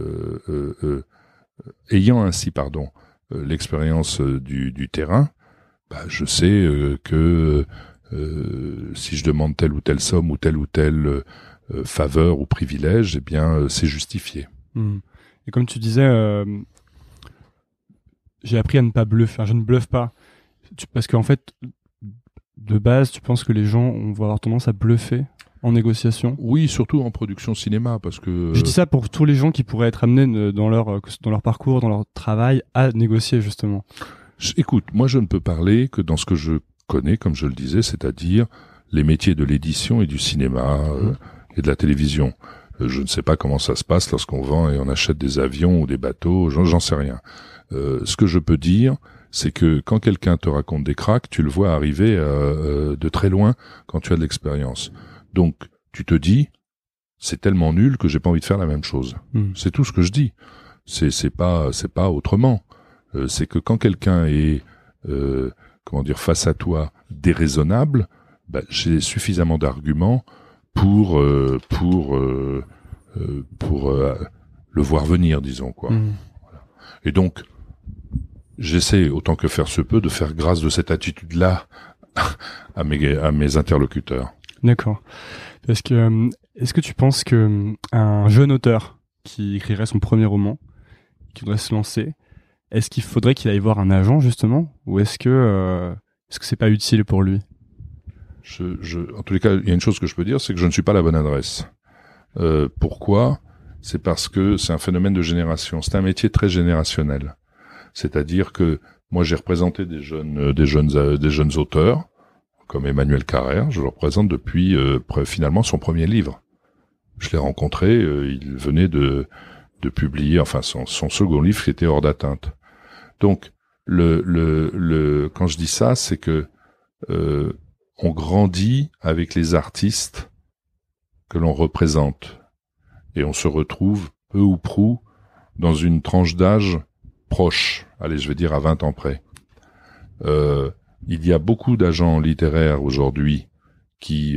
ayant ainsi, l'expérience du terrain, je sais que si je demande telle ou telle somme ou telle faveur ou privilège, eh bien, c'est justifié. Et comme tu disais, j'ai appris à ne pas bluffer. Enfin, je ne bluffe pas. Parce qu'en fait, de base, tu penses que les gens vont avoir tendance à bluffer en négociation? Oui, surtout en production cinéma, parce que... Je dis ça pour tous les gens qui pourraient être amenés dans leur parcours, dans leur travail, à négocier, justement. Écoute, moi je ne peux parler que dans ce que je connais, comme je le disais, c'est-à-dire les métiers de l'édition et du cinéma et de la télévision. Je ne sais pas comment ça se passe lorsqu'on vend et on achète des avions ou des bateaux, j'en sais rien. Ce que je peux dire, c'est que quand quelqu'un te raconte des cracks, tu le vois arriver de très loin quand tu as de l'expérience. Donc, tu te dis, c'est tellement nul que j'ai pas envie de faire la même chose. C'est tout ce que je dis. C'est pas autrement. C'est que quand quelqu'un est, face à toi déraisonnable, j'ai suffisamment d'arguments pour le voir venir, disons, quoi. Voilà. Et donc, j'essaie autant que faire se peut de faire grâce de cette attitude-là à mes interlocuteurs. D'accord. Parce que est-ce que tu penses que un jeune auteur qui écrirait son premier roman, qui voudrait se lancer, est-ce qu'il faudrait qu'il aille voir un agent justement, ou est-ce que c'est pas utile pour lui? En tous les cas, il y a une chose que je peux dire, c'est que je ne suis pas la bonne adresse. Pourquoi? C'est parce que c'est un phénomène de génération. C'est un métier très générationnel. C'est-à-dire que moi, j'ai représenté des jeunes auteurs, comme Emmanuel Carrère. Je le représente depuis finalement son premier livre. Je l'ai rencontré, il venait de publier, son second livre qui était Hors d'atteinte. Donc, quand je dis ça, c'est que on grandit avec les artistes que l'on représente et on se retrouve peu ou prou dans une tranche d'âge proche. Allez, je vais dire à 20 ans près. Il y a beaucoup d'agents littéraires aujourd'hui qui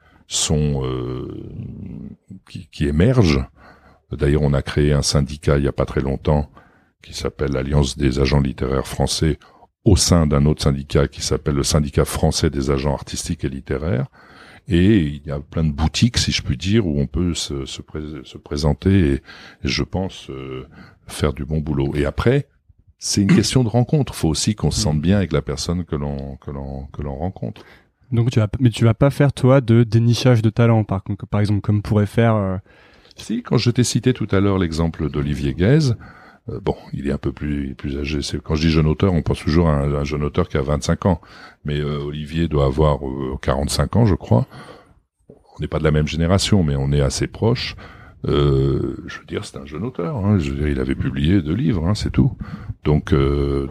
émergent. D'ailleurs, on a créé un syndicat il y a pas très longtemps qui s'appelle l'Alliance des agents littéraires français au sein d'un autre syndicat qui s'appelle le Syndicat français des agents artistiques et littéraires. Et il y a plein de boutiques, si je puis dire, où on peut se présenter et je pense faire du bon boulot. Et après, c'est une question de rencontre. Faut aussi qu'on se sente bien avec la personne que l'on rencontre. Donc tu vas pas faire toi de dénichage de talent, par exemple, comme pourrait faire. Si, quand je t'ai cité tout à l'heure l'exemple d'Olivier Guèze, il est un peu plus âgé. Quand je dis jeune auteur, on pense toujours à un jeune auteur qui a 25 ans. Mais Olivier doit avoir 45 ans, je crois. On n'est pas de la même génération, mais on est assez proches. Je veux dire, c'est un jeune auteur. Hein. Je veux dire, il avait publié 2 livres, hein, c'est tout. Donc, je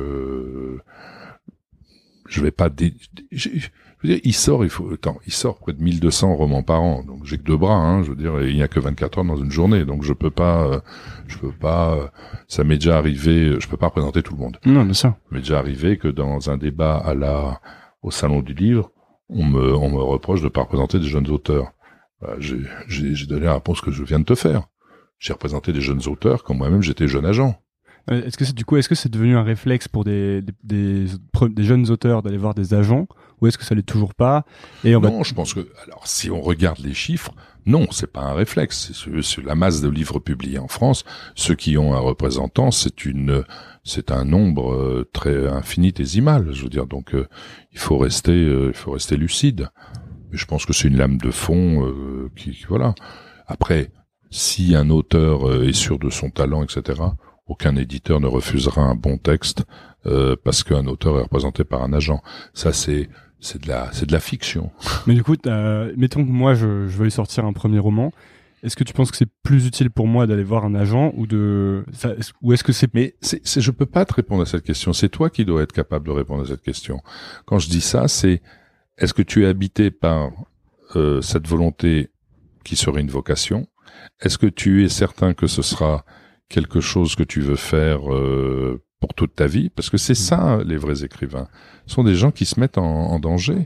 vais pas. Je veux dire, il sort près de 1200 romans par an. Donc j'ai que 2 bras. Hein, je veux dire, il n'y a que 24 heures dans une journée. Donc je peux pas. Ça m'est déjà arrivé. Je peux pas représenter tout le monde. Non, mais ça. Ça m'est déjà arrivé que dans un débat au salon du livre, on me reproche de pas représenter des jeunes auteurs. J'ai donné la réponse que je viens de te faire. J'ai représenté des jeunes auteurs quand moi-même j'étais jeune agent. Est-ce que c'est devenu un réflexe pour des jeunes auteurs d'aller voir des agents, ou est-ce que ça l'est toujours pas? Non, je pense que, alors, si on regarde les chiffres, non, c'est pas un réflexe. C'est la masse de livres publiés en France. Ceux qui ont un représentant, c'est un nombre très infinitésimal. Je veux dire, donc il faut rester lucide. Mais je pense que c'est une lame de fond voilà. Après, si un auteur est sûr de son talent, etc., aucun éditeur ne refusera un bon texte parce qu'un auteur est représenté par un agent. Ça, c'est de la fiction. Mais du coup, mettons que moi je veuille sortir un premier roman. Est-ce que tu penses que c'est plus utile pour moi d'aller voir un agent ou est-ce que c'est... Mais je peux pas te répondre à cette question. C'est toi qui dois être capable de répondre à cette question. Quand je dis ça, est-ce que tu es habité par cette volonté qui serait une vocation? Est-ce que tu es certain que ce sera quelque chose que tu veux faire pour toute ta vie? Parce que c'est ça, les vrais écrivains. Ce sont des gens qui se mettent en danger.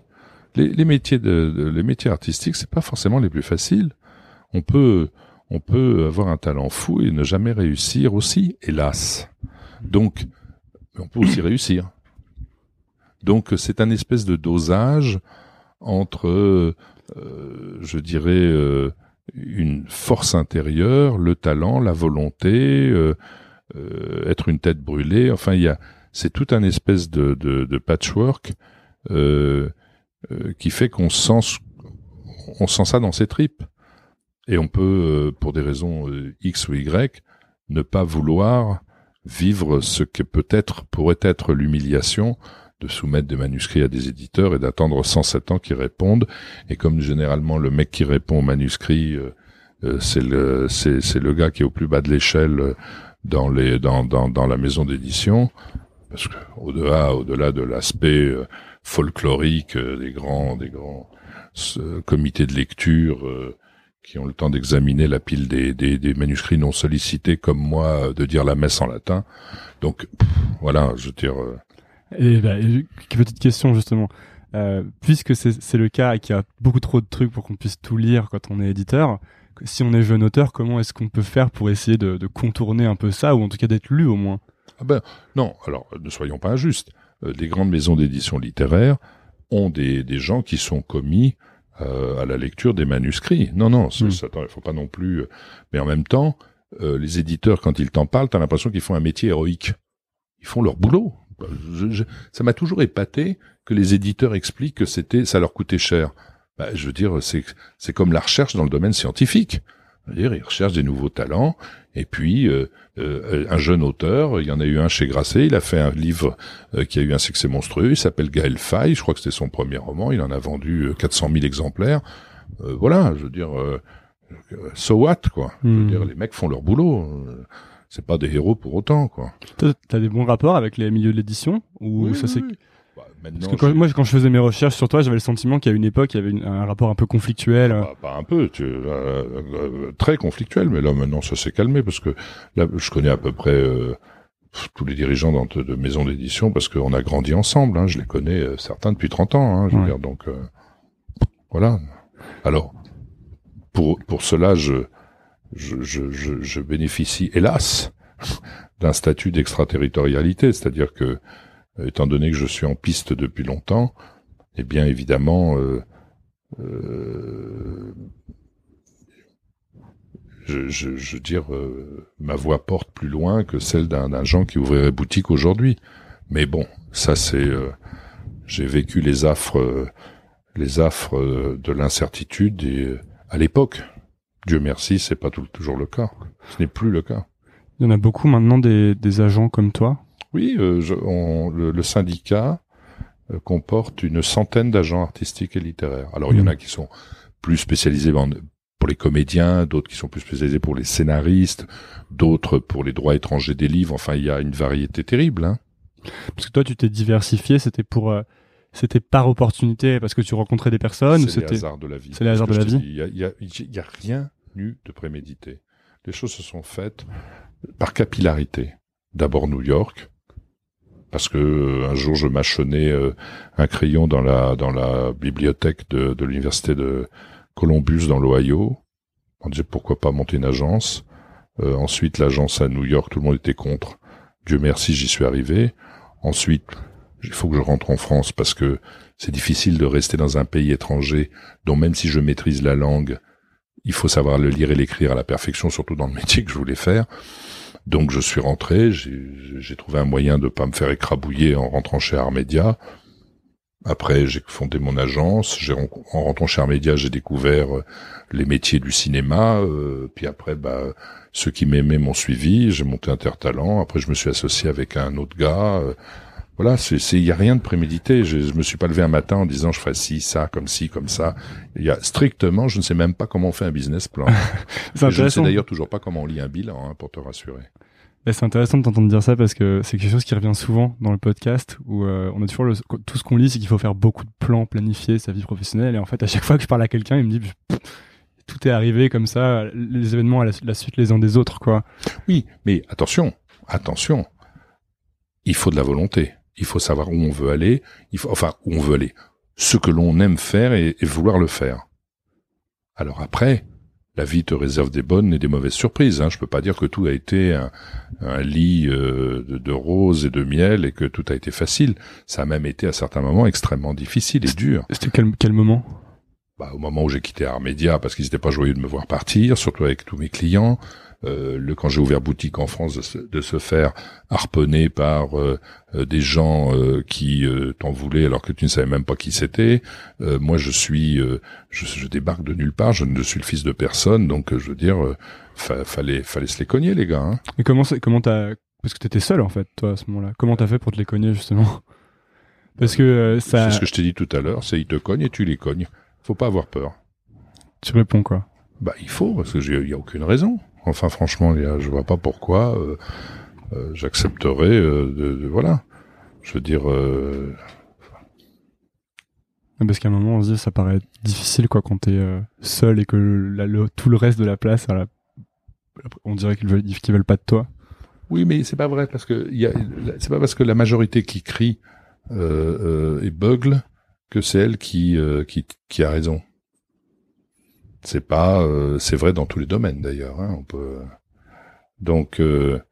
les métiers les métiers artistiques, c'est pas forcément les plus faciles. On peut avoir un talent fou et ne jamais réussir aussi, hélas. Donc, on peut aussi réussir. Donc, c'est un espèce de dosage entre, je dirais, une force intérieure, le talent, la volonté, être une tête brûlée. Enfin, c'est tout un espèce de patchwork qui fait qu'on sent ça dans ses tripes. Et on peut, pour des raisons X ou Y, ne pas vouloir vivre ce que peut-être pourrait être l'humiliation de soumettre des manuscrits à des éditeurs et d'attendre 107 ans qu'ils répondent. Et comme généralement le mec qui répond aux manuscrits, c'est le gars qui est au plus bas de l'échelle dans la maison d'édition, parce que au-delà de l'aspect folklorique des grands comités de lecture qui ont le temps d'examiner la pile des manuscrits non sollicités comme moi, de dire la messe en latin. Donc voilà, je veux dire. Et petite question justement, puisque c'est le cas et qu'il y a beaucoup trop de trucs pour qu'on puisse tout lire quand on est éditeur, si on est jeune auteur, comment est-ce qu'on peut faire pour essayer de contourner un peu ça, ou en tout cas d'être lu au moins? Non, alors ne soyons pas injustes. Les grandes maisons d'édition littéraire ont des gens qui sont commis à la lecture des manuscrits. Non, attends, il faut pas non plus. Mais en même temps, les éditeurs, quand ils t'en parlent, t'as l'impression qu'ils font un métier héroïque. Ils font leur boulot. Ça m'a toujours épaté que les éditeurs expliquent que ça leur coûtait cher. Je veux dire, c'est comme la recherche dans le domaine scientifique. C'est-à-dire, ils recherchent des nouveaux talents. Et puis, un jeune auteur, il y en a eu un chez Grasset, il a fait un livre qui a eu un succès monstrueux, il s'appelle Gaël Faye, je crois que c'était son premier roman, il en a vendu 400 000 exemplaires. Voilà, je veux dire, so what, quoi. Je veux dire, les mecs font leur boulot. C'est pas des héros pour autant, quoi. T'as des bons rapports avec les milieux de l'édition, ou oui, ça c'est... Oui. Parce que quand je faisais mes recherches sur toi, j'avais le sentiment qu'à une époque, il y avait un rapport un peu conflictuel. Pas un peu, très conflictuel, mais là maintenant ça s'est calmé parce que là je connais à peu près tous les dirigeants de maisons d'édition parce qu'on a grandi ensemble. Hein, je les connais certains depuis 30 ans. Hein, je veux dire, donc voilà. Alors pour cela, je bénéficie hélas d'un statut d'extraterritorialité, c'est-à-dire que étant donné que je suis en piste depuis longtemps, eh bien évidemment, je veux dire, ma voix porte plus loin que celle d'un agent qui ouvrirait boutique aujourd'hui. Mais bon, ça c'est, j'ai vécu les affres de l'incertitude et à l'époque. Dieu merci, c'est pas toujours le cas. Ce n'est plus le cas. Il y en a beaucoup maintenant des agents comme toi. Oui, le syndicat comporte une centaine d'agents artistiques et littéraires. Alors, il y en a qui sont plus spécialisés pour les comédiens, d'autres qui sont plus spécialisés pour les scénaristes, d'autres pour les droits étrangers des livres. Enfin, il y a une variété terrible. Hein. Parce que toi, tu t'es diversifié, c'était par opportunité, parce que tu rencontrais des personnes, ou c'était les hasards de la vie. C'est les hasards de la vie. Il y a rien eu de prémédité. Les choses se sont faites par capillarité. D'abord New York, parce que un jour je mâchonnais un crayon dans la bibliothèque de l'université de Columbus dans l'Ohio. On disait pourquoi pas monter une agence. Ensuite l'agence à New York, tout le monde était contre. Dieu merci, j'y suis arrivé. Ensuite, il faut que je rentre en France parce que c'est difficile de rester dans un pays étranger dont même si je maîtrise la langue, il faut savoir le lire et l'écrire à la perfection, surtout dans le métier que je voulais faire. Donc je suis rentré, j'ai trouvé un moyen de pas me faire écrabouiller en rentrant chez Armedia. Après, j'ai fondé mon agence. En rentrant chez Armedia, j'ai découvert les métiers du cinéma. Puis après, ceux qui m'aimaient m'ont suivi. J'ai monté Intertalent. Après, je me suis associé avec un autre gars. Voilà, il y a rien de prémédité. Je me suis pas levé un matin en disant je ferai ci, comme ça. Il y a strictement, je ne sais même pas comment on fait un business plan. Je ne sais d'ailleurs toujours pas comment on lit un bilan, hein, pour te rassurer. C'est intéressant de t'entendre dire ça parce que c'est quelque chose qui revient souvent dans le podcast où on a toujours tout ce qu'on lit, c'est qu'il faut faire beaucoup de plans, planifier sa vie professionnelle. Et en fait, à chaque fois que je parle à quelqu'un, il me dit tout est arrivé comme ça, les événements à la suite les uns des autres, quoi. Oui, mais attention, il faut de la volonté. Il faut savoir où on veut aller. Où on veut aller. ce que l'on aime faire et vouloir le faire. Alors après, la vie te réserve des bonnes et des mauvaises surprises. Je peux pas dire que tout a été un lit de roses et de miel et que tout a été facile. Ça a même été à certains moments extrêmement difficile et dur. C'était quel moment ? Au moment où j'ai quitté Armédia, parce qu'ils n'étaient pas joyeux de me voir partir, surtout avec tous mes clients. Quand j'ai ouvert boutique en France, de se faire harponner par des gens qui t'en voulaient alors que tu ne savais même pas qui c'était. Moi, je débarque de nulle part, je ne suis le fils de personne, donc je veux dire, fallait se les cogner, les gars. Et comment parce que t'étais seul en fait, toi, à ce moment-là. Comment t'as fait pour te les cogner justement ? Parce que ça. C'est ce que je t'ai dit tout à l'heure, c'est ils te cognent et tu les cognes. Faut pas avoir peur. Tu réponds quoi ? Il faut, parce que il y a aucune raison. Enfin, franchement, je vois pas pourquoi j'accepterais voilà. Je veux dire. Parce qu'à un moment, on se dit, ça paraît difficile quoi quand t'es seul et que tout le reste de la place, on dirait qu'ils veulent pas de toi. Oui, mais c'est pas vrai parce que c'est pas parce que la majorité qui crie et bugle que c'est elle qui a raison. C'est pas, c'est vrai dans tous les domaines d'ailleurs. On peut. Donc, je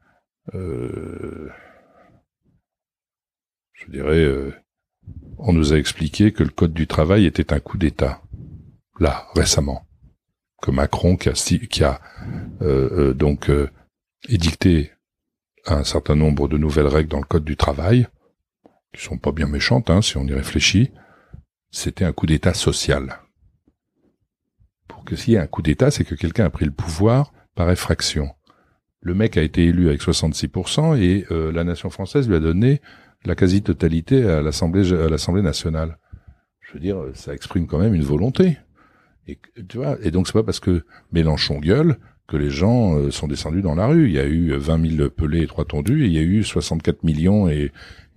dirais, on nous a expliqué que le code du travail était un coup d'État. Là, récemment, que Macron qui a donc édicté un certain nombre de nouvelles règles dans le code du travail, qui sont pas bien méchantes, si on y réfléchit. C'était un coup d'État social. Pour que s'il y ait un coup d'État, c'est que quelqu'un a pris le pouvoir par effraction. Le mec a été élu avec 66% et la nation française lui a donné la quasi-totalité à l'Assemblée nationale. Je veux dire, ça exprime quand même une volonté. Et tu vois, et donc c'est pas parce que Mélenchon gueule que les gens sont descendus dans la rue. Il y a eu 20 000 pelés et 3 tondus et il y a eu 64 millions et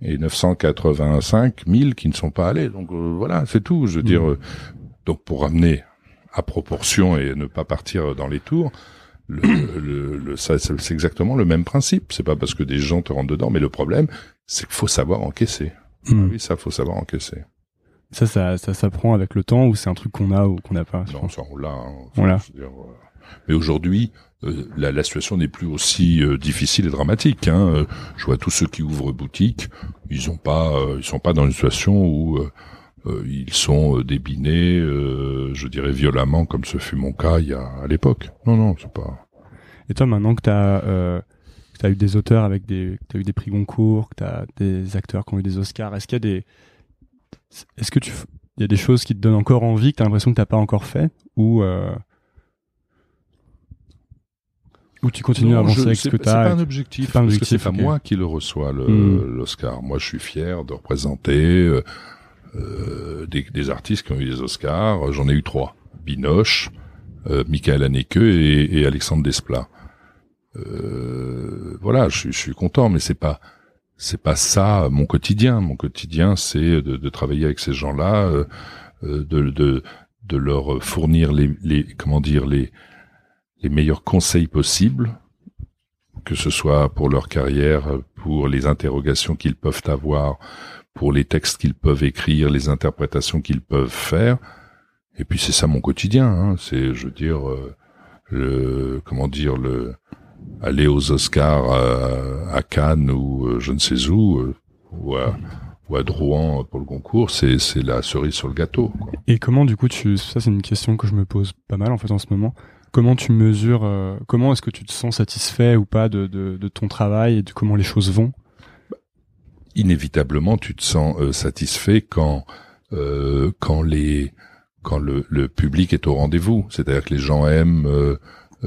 985 000 qui ne sont pas allés. Donc voilà, c'est tout. Je veux dire, donc pour ramener à proportion et ne pas partir dans les tours, ça, c'est exactement le même principe. C'est pas parce que des gens te rentrent dedans, mais le problème, c'est qu'il faut savoir encaisser. Oui, ça, faut savoir encaisser. Ça s'apprend avec le temps ou c'est un truc qu'on a ou qu'on n'a pas? Non, ça, on l'a. Mais aujourd'hui, la situation n'est plus aussi difficile et dramatique. Je vois tous ceux qui ouvrent boutique, ils sont pas dans une situation où ils sont débinés, je dirais violemment, comme ce fut mon cas à l'époque. Non, c'est pas. Et toi, maintenant que t'as eu des auteurs t'as eu des prix Goncourt, que t'as des acteurs qui ont eu des Oscars, est-ce qu'il y a des choses qui te donnent encore envie, que t'as l'impression que t'as pas encore fait, ou tu continues à avancer avec ce que t'as? C'est pas un objectif, parce que c'est pas moi qui le reçois, l'Oscar. Moi, je suis fier de représenter des artistes qui ont eu des Oscars. J'en ai eu 3. Binoche, Michael Haneke et Alexandre Desplat. Voilà, je suis content, mais c'est pas ça mon quotidien. Mon quotidien, c'est de travailler avec ces gens-là, de leur fournir les meilleurs conseils possibles, que ce soit pour leur carrière, pour les interrogations qu'ils peuvent avoir, pour les textes qu'ils peuvent écrire, les interprétations qu'ils peuvent faire. Et puis c'est ça mon quotidien, c'est, je veux dire, aller aux Oscars à Cannes ou je ne sais où, ou à Drouan pour le Goncourt, c'est la cerise sur le gâteau, quoi. Et comment, du coup, ça c'est une question que je me pose pas mal en fait en ce moment. Comment tu mesures, comment est-ce que tu te sens satisfait ou pas de ton travail et de comment les choses vont? Inévitablement, tu te sens satisfait quand le public est au rendez-vous. C'est-à-dire que les gens aiment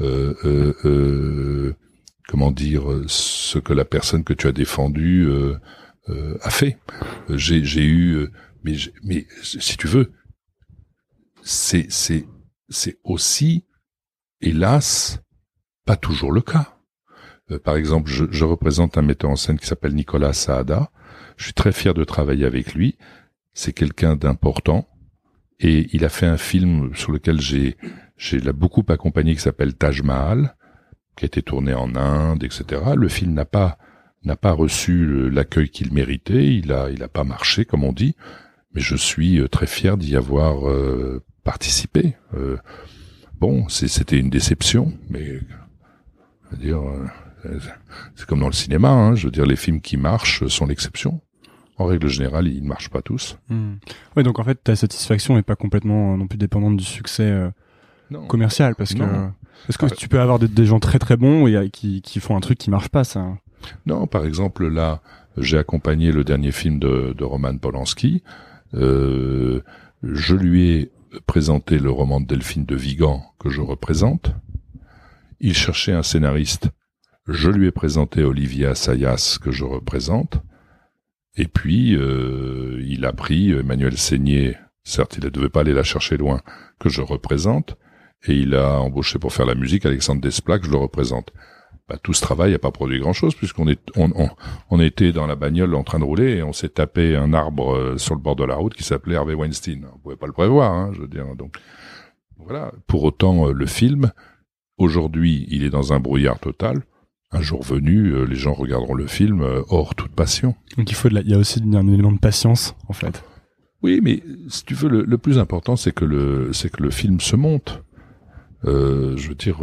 ce que la personne que tu as défendue a fait. J'ai eu mais si tu veux, c'est aussi, hélas, pas toujours le cas. Par exemple, je représente un metteur en scène qui s'appelle Nicolas Saada. Je suis très fier de travailler avec lui. C'est quelqu'un d'important et il a fait un film sur lequel j'ai beaucoup accompagné qui s'appelle Taj Mahal, qui a été tourné en Inde, etc. Le film n'a pas reçu l'accueil qu'il méritait. Il a pas marché, comme on dit. mais je suis très fier d'y avoir participé. Bon, c'était une déception, mais je veux dire, c'est comme dans le cinéma, hein, je veux dire, les films qui marchent sont l'exception. En règle générale, ils ne marchent pas tous. Ouais, donc en fait, ta satisfaction n'est pas complètement non plus dépendante du succès commercial, parce que tu peux avoir des gens très très bons qui font un truc qui marche pas, ça. Non, par exemple, là, j'ai accompagné le dernier film de Roman Polanski. Je lui ai présenté le roman de Delphine de Vigan que je représente. Il cherchait un scénariste. Je lui ai présenté Olivier Assayas que je représente. Et puis, il a pris Emmanuel Seigné, certes il ne devait pas aller la chercher loin, que je représente. Et il a embauché pour faire la musique Alexandre Desplat que je le représente. Tout ce travail n'a pas produit grand-chose puisqu'on était dans la bagnole en train de rouler et on s'est tapé un arbre sur le bord de la route qui s'appelait Harvey Weinstein. On pouvait pas le prévoir, hein, je veux dire. Donc voilà. Pour autant, le film, aujourd'hui, il est dans un brouillard total. Un jour venu, les gens regarderont le film hors toute passion. Donc il y a aussi un élément de patience, en fait. Oui, mais si tu veux, le plus important, c'est que le film se monte. Je veux dire.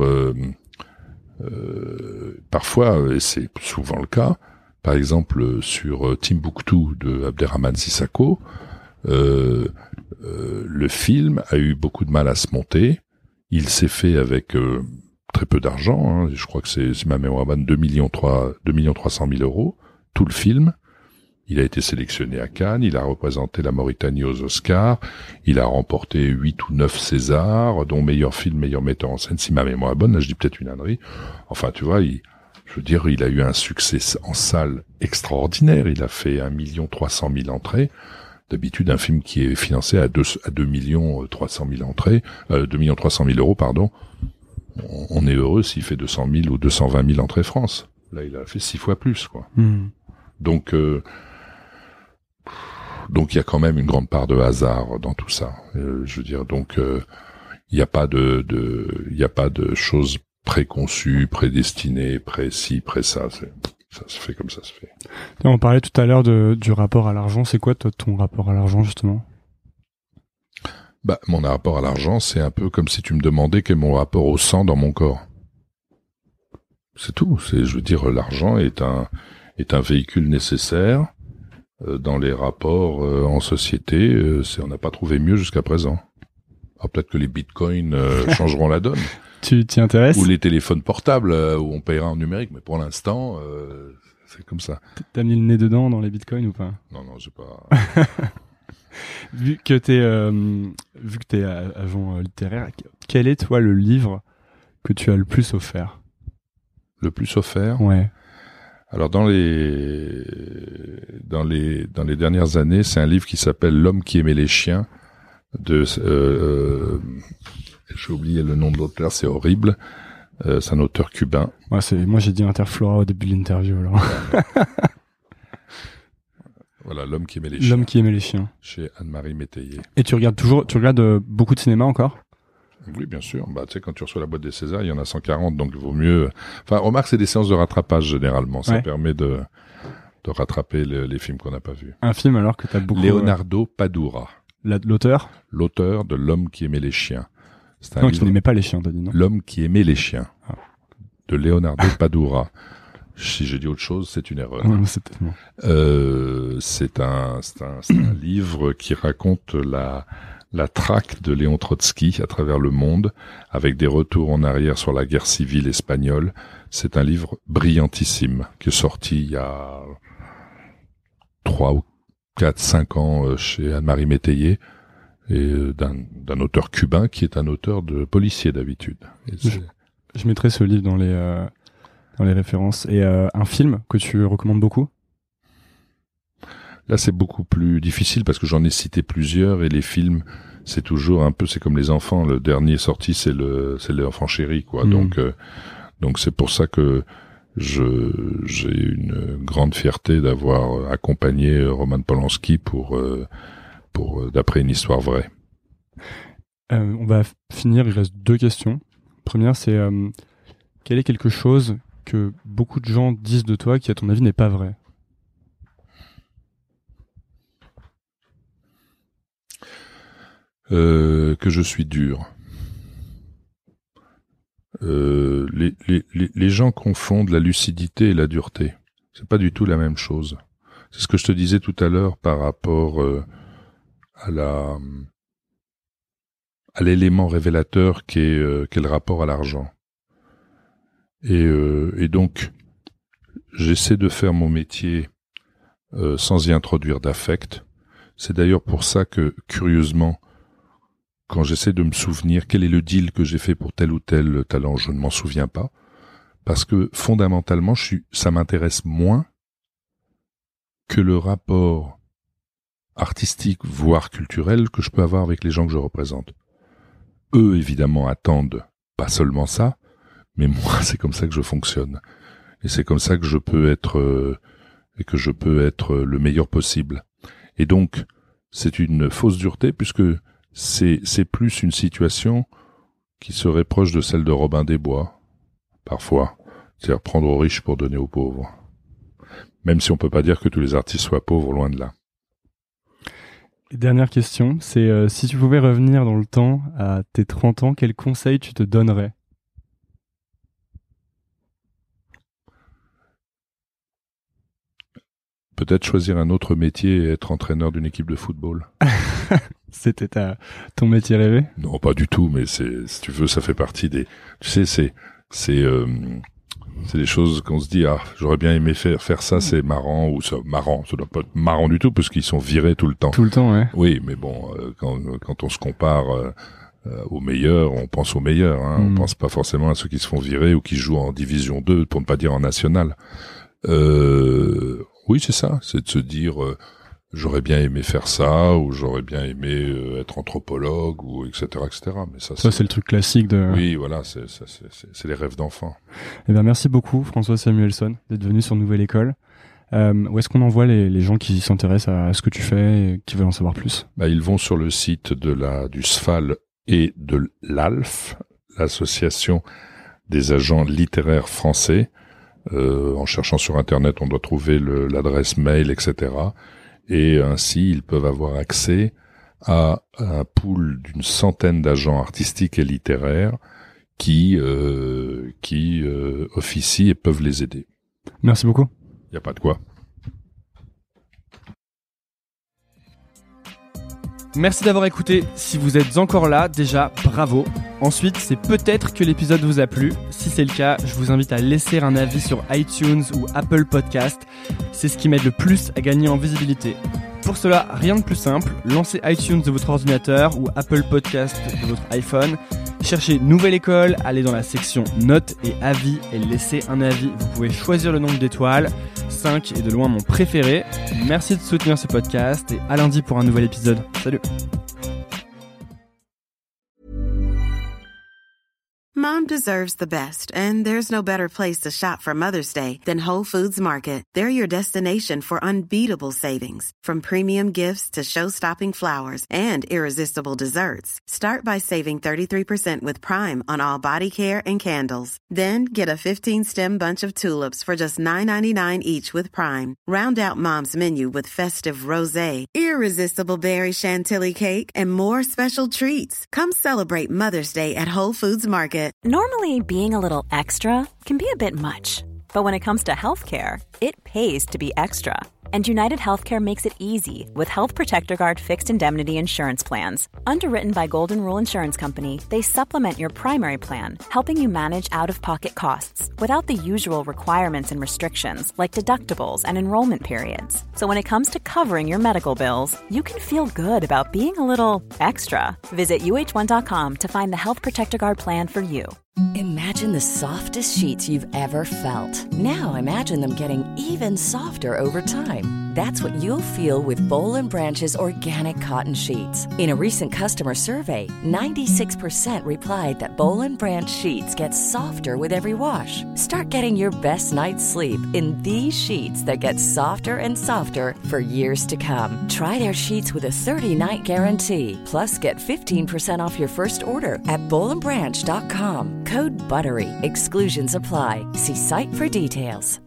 Parfois, et c'est souvent le cas, par exemple sur Timbuktu de Abderrahmane Sissako, le film a eu beaucoup de mal à se monter. Il s'est fait avec très peu d'argent, hein. Je crois que c'est, si ma mémoire bonne, 2,3 millions, tout le film. Il a été sélectionné à Cannes, il a représenté la Mauritanie aux Oscars, il a remporté 8 ou 9 Césars, dont meilleur film, meilleur metteur en scène, si ma mémoire est bonne, là je dis peut-être une ânerie. Enfin, tu vois, il a eu un succès en salle extraordinaire, il a fait 1,3 million entrées. D'habitude, un film qui est financé à 2,3 millions entrées, 2,3 millions, pardon, on est heureux s'il fait 200 000 ou 220 000 entrées France. Là, il a fait 6 fois plus, quoi. Donc il y a quand même une grande part de hasard dans tout ça. Je veux dire, donc il n'y a pas de choses préconçues, prédestinées, pré-ci, pré-ça. Ça se fait comme ça se fait. On parlait tout à l'heure du rapport à l'argent. C'est quoi toi ton rapport à l'argent justement ? Mon rapport à l'argent, c'est un peu comme si tu me demandais quel est mon rapport au sang dans mon corps. C'est tout. Je veux dire, l'argent est un véhicule nécessaire dans les rapports en société. On n'a pas trouvé mieux jusqu'à présent. Alors peut-être que les bitcoins changeront la donne. Tu t'y intéresses ? Ou les téléphones portables où on paiera en numérique, mais pour l'instant, c'est comme ça. T'as mis le nez dedans dans les bitcoins ou pas ? Non, j'ai pas. Vu que t'es agent littéraire, quel est toi le livre que tu as le plus offert ? Le plus offert ? Ouais. Alors dans les dernières années, c'est un livre qui s'appelle L'homme qui aimait les chiens de j'ai oublié le nom de l'auteur, c'est horrible. C'est un auteur cubain. Ouais, moi j'ai dit Interflora au début de l'interview alors. Voilà, L'homme qui aimait les chiens. L'homme qui aimait les chiens. Chez Anne-Marie Métayer. Et tu regardes beaucoup de cinéma encore ? Oui, bien sûr. Tu sais, quand tu reçois la boîte des Césars, il y en a 140, donc il vaut mieux. Enfin, remarque, c'est des séances de rattrapage généralement. Ça permet de rattraper les films qu'on n'a pas vus. Un film alors que t'as beaucoup. Leonardo Padura. L'auteur ? L'auteur de L'homme qui aimait les chiens. C'est un livre... qui n'aimait pas les chiens, t'as dit, non ? L'homme qui aimait les chiens. De Leonardo Padura. Si j'ai dit autre chose, c'est une erreur. Non, c'est tellement. C'est un livre qui raconte la traque de Léon Trotsky à travers le monde, avec des retours en arrière sur la guerre civile espagnole. C'est un livre brillantissime, qui est sorti il y a 3 ou 4, 5 ans chez Anne-Marie Métayer, et d'un auteur cubain qui est un auteur de policier d'habitude. Je mettrai ce livre dans les références. Et un film que tu recommandes beaucoup ? Là, c'est beaucoup plus difficile parce que j'en ai cité plusieurs et les films, c'est toujours un peu, c'est comme les enfants. Le dernier sorti, c'est l'enfant chéri, quoi. Donc c'est pour ça que j'ai une grande fierté d'avoir accompagné Roman Polanski pour d'après une histoire vraie. On va finir. Il reste 2 questions. Première, c'est quel est quelque chose que beaucoup de gens disent de toi qui, à ton avis, n'est pas vrai ? Que je suis dur. Les gens confondent la lucidité et la dureté. C'est pas du tout la même chose. C'est ce que je te disais tout à l'heure par rapport à l'élément révélateur qu'est le rapport à l'argent. Et donc, j'essaie de faire mon métier sans y introduire d'affect. C'est d'ailleurs pour ça que, curieusement, quand j'essaie de me souvenir quel est le deal que j'ai fait pour tel ou tel talent, je ne m'en souviens pas, parce que fondamentalement, ça m'intéresse moins que le rapport artistique, voire culturel, que je peux avoir avec les gens que je représente. Eux, évidemment, attendent pas seulement ça, mais moi, c'est comme ça que je fonctionne. Et c'est comme ça que je peux être le meilleur possible. Et donc, c'est une fausse dureté, puisque c'est plus une situation qui serait proche de celle de Robin des Bois, parfois. C'est-à-dire prendre aux riches pour donner aux pauvres. Même si on peut pas dire que tous les artistes soient pauvres, loin de là. Dernière question, c'est si tu pouvais revenir dans le temps à tes 30 ans, quel conseil tu te donnerais ? Peut-être choisir un autre métier et être entraîneur d'une équipe de football. C'était ton métier rêvé ? Non, pas du tout, mais si tu veux, ça fait partie des... Tu sais, c'est des choses qu'on se dit, j'aurais bien aimé faire ça, c'est marrant, ou ça doit pas être marrant du tout, parce qu'ils sont virés tout le temps. Tout le temps, ouais. Oui, mais bon, quand on se compare aux meilleurs, on pense aux meilleurs, hein. On pense pas forcément à ceux qui se font virer ou qui jouent en division 2, pour ne pas dire en national. Oui, c'est ça, c'est de se dire j'aurais bien aimé faire ça, ou j'aurais bien aimé être anthropologue, ou etc. Mais ça c'est le truc classique de... Oui, voilà, c'est les rêves d'enfant. Eh bien, merci beaucoup François Samuelsson d'être venu sur Nouvelle École. Où est-ce qu'on envoie les gens qui s'intéressent à ce que tu fais et qui veulent en savoir plus ? Ils vont sur le site du SFAL et de l'ALF, l'association des agents littéraires français. En cherchant sur Internet, on doit trouver l'adresse mail, etc. Et ainsi, ils peuvent avoir accès à un pool d'une centaine d'agents artistiques et littéraires qui officient et peuvent les aider. Merci beaucoup. Il n'y a pas de quoi. Merci d'avoir écouté. Si vous êtes encore là, déjà, bravo. Ensuite, c'est peut-être que l'épisode vous a plu. Si c'est le cas, je vous invite à laisser un avis sur iTunes ou Apple Podcast. C'est ce qui m'aide le plus à gagner en visibilité. Pour cela, rien de plus simple. Lancez iTunes de votre ordinateur ou Apple Podcast de votre iPhone. Cherchez Nouvelle École, allez dans la section Notes et Avis et laissez un avis. Vous pouvez choisir le nombre d'étoiles. 5 est de loin mon préféré. Merci de soutenir ce podcast et à lundi pour un nouvel épisode. Salut! Mom deserves the best, and there's no better place to shop for Mother's Day than Whole Foods Market. They're your destination for unbeatable savings, from premium gifts to show-stopping flowers and irresistible desserts. Start by saving 33% with Prime on all body care and candles. Then get a 15-stem bunch of tulips for just $9.99 each with Prime. Round out Mom's menu with festive rosé, irresistible berry chantilly cake, and more special treats. Come celebrate Mother's Day at Whole Foods Market. Normally, being a little extra can be a bit much, but when it comes to healthcare, it pays to be extra. And United Healthcare makes it easy with Health Protector Guard fixed indemnity insurance plans. Underwritten by Golden Rule Insurance Company, they supplement your primary plan, helping you manage out-of-pocket costs without the usual requirements and restrictions like deductibles and enrollment periods. So when it comes to covering your medical bills, you can feel good about being a little extra. Visit uh1.com to find the Health Protector Guard plan for you. Imagine the softest sheets you've ever felt. Now imagine them getting even softer over time. That's what you'll feel with Boll & Branch's organic cotton sheets. In a recent customer survey, 96% replied that Boll & Branch sheets get softer with every wash. Start getting your best night's sleep in these sheets that get softer and softer for years to come. Try their sheets with a 30-night guarantee. Plus, get 15% off your first order at bollandbranch.com. Code BUTTERY. Exclusions apply. See site for details.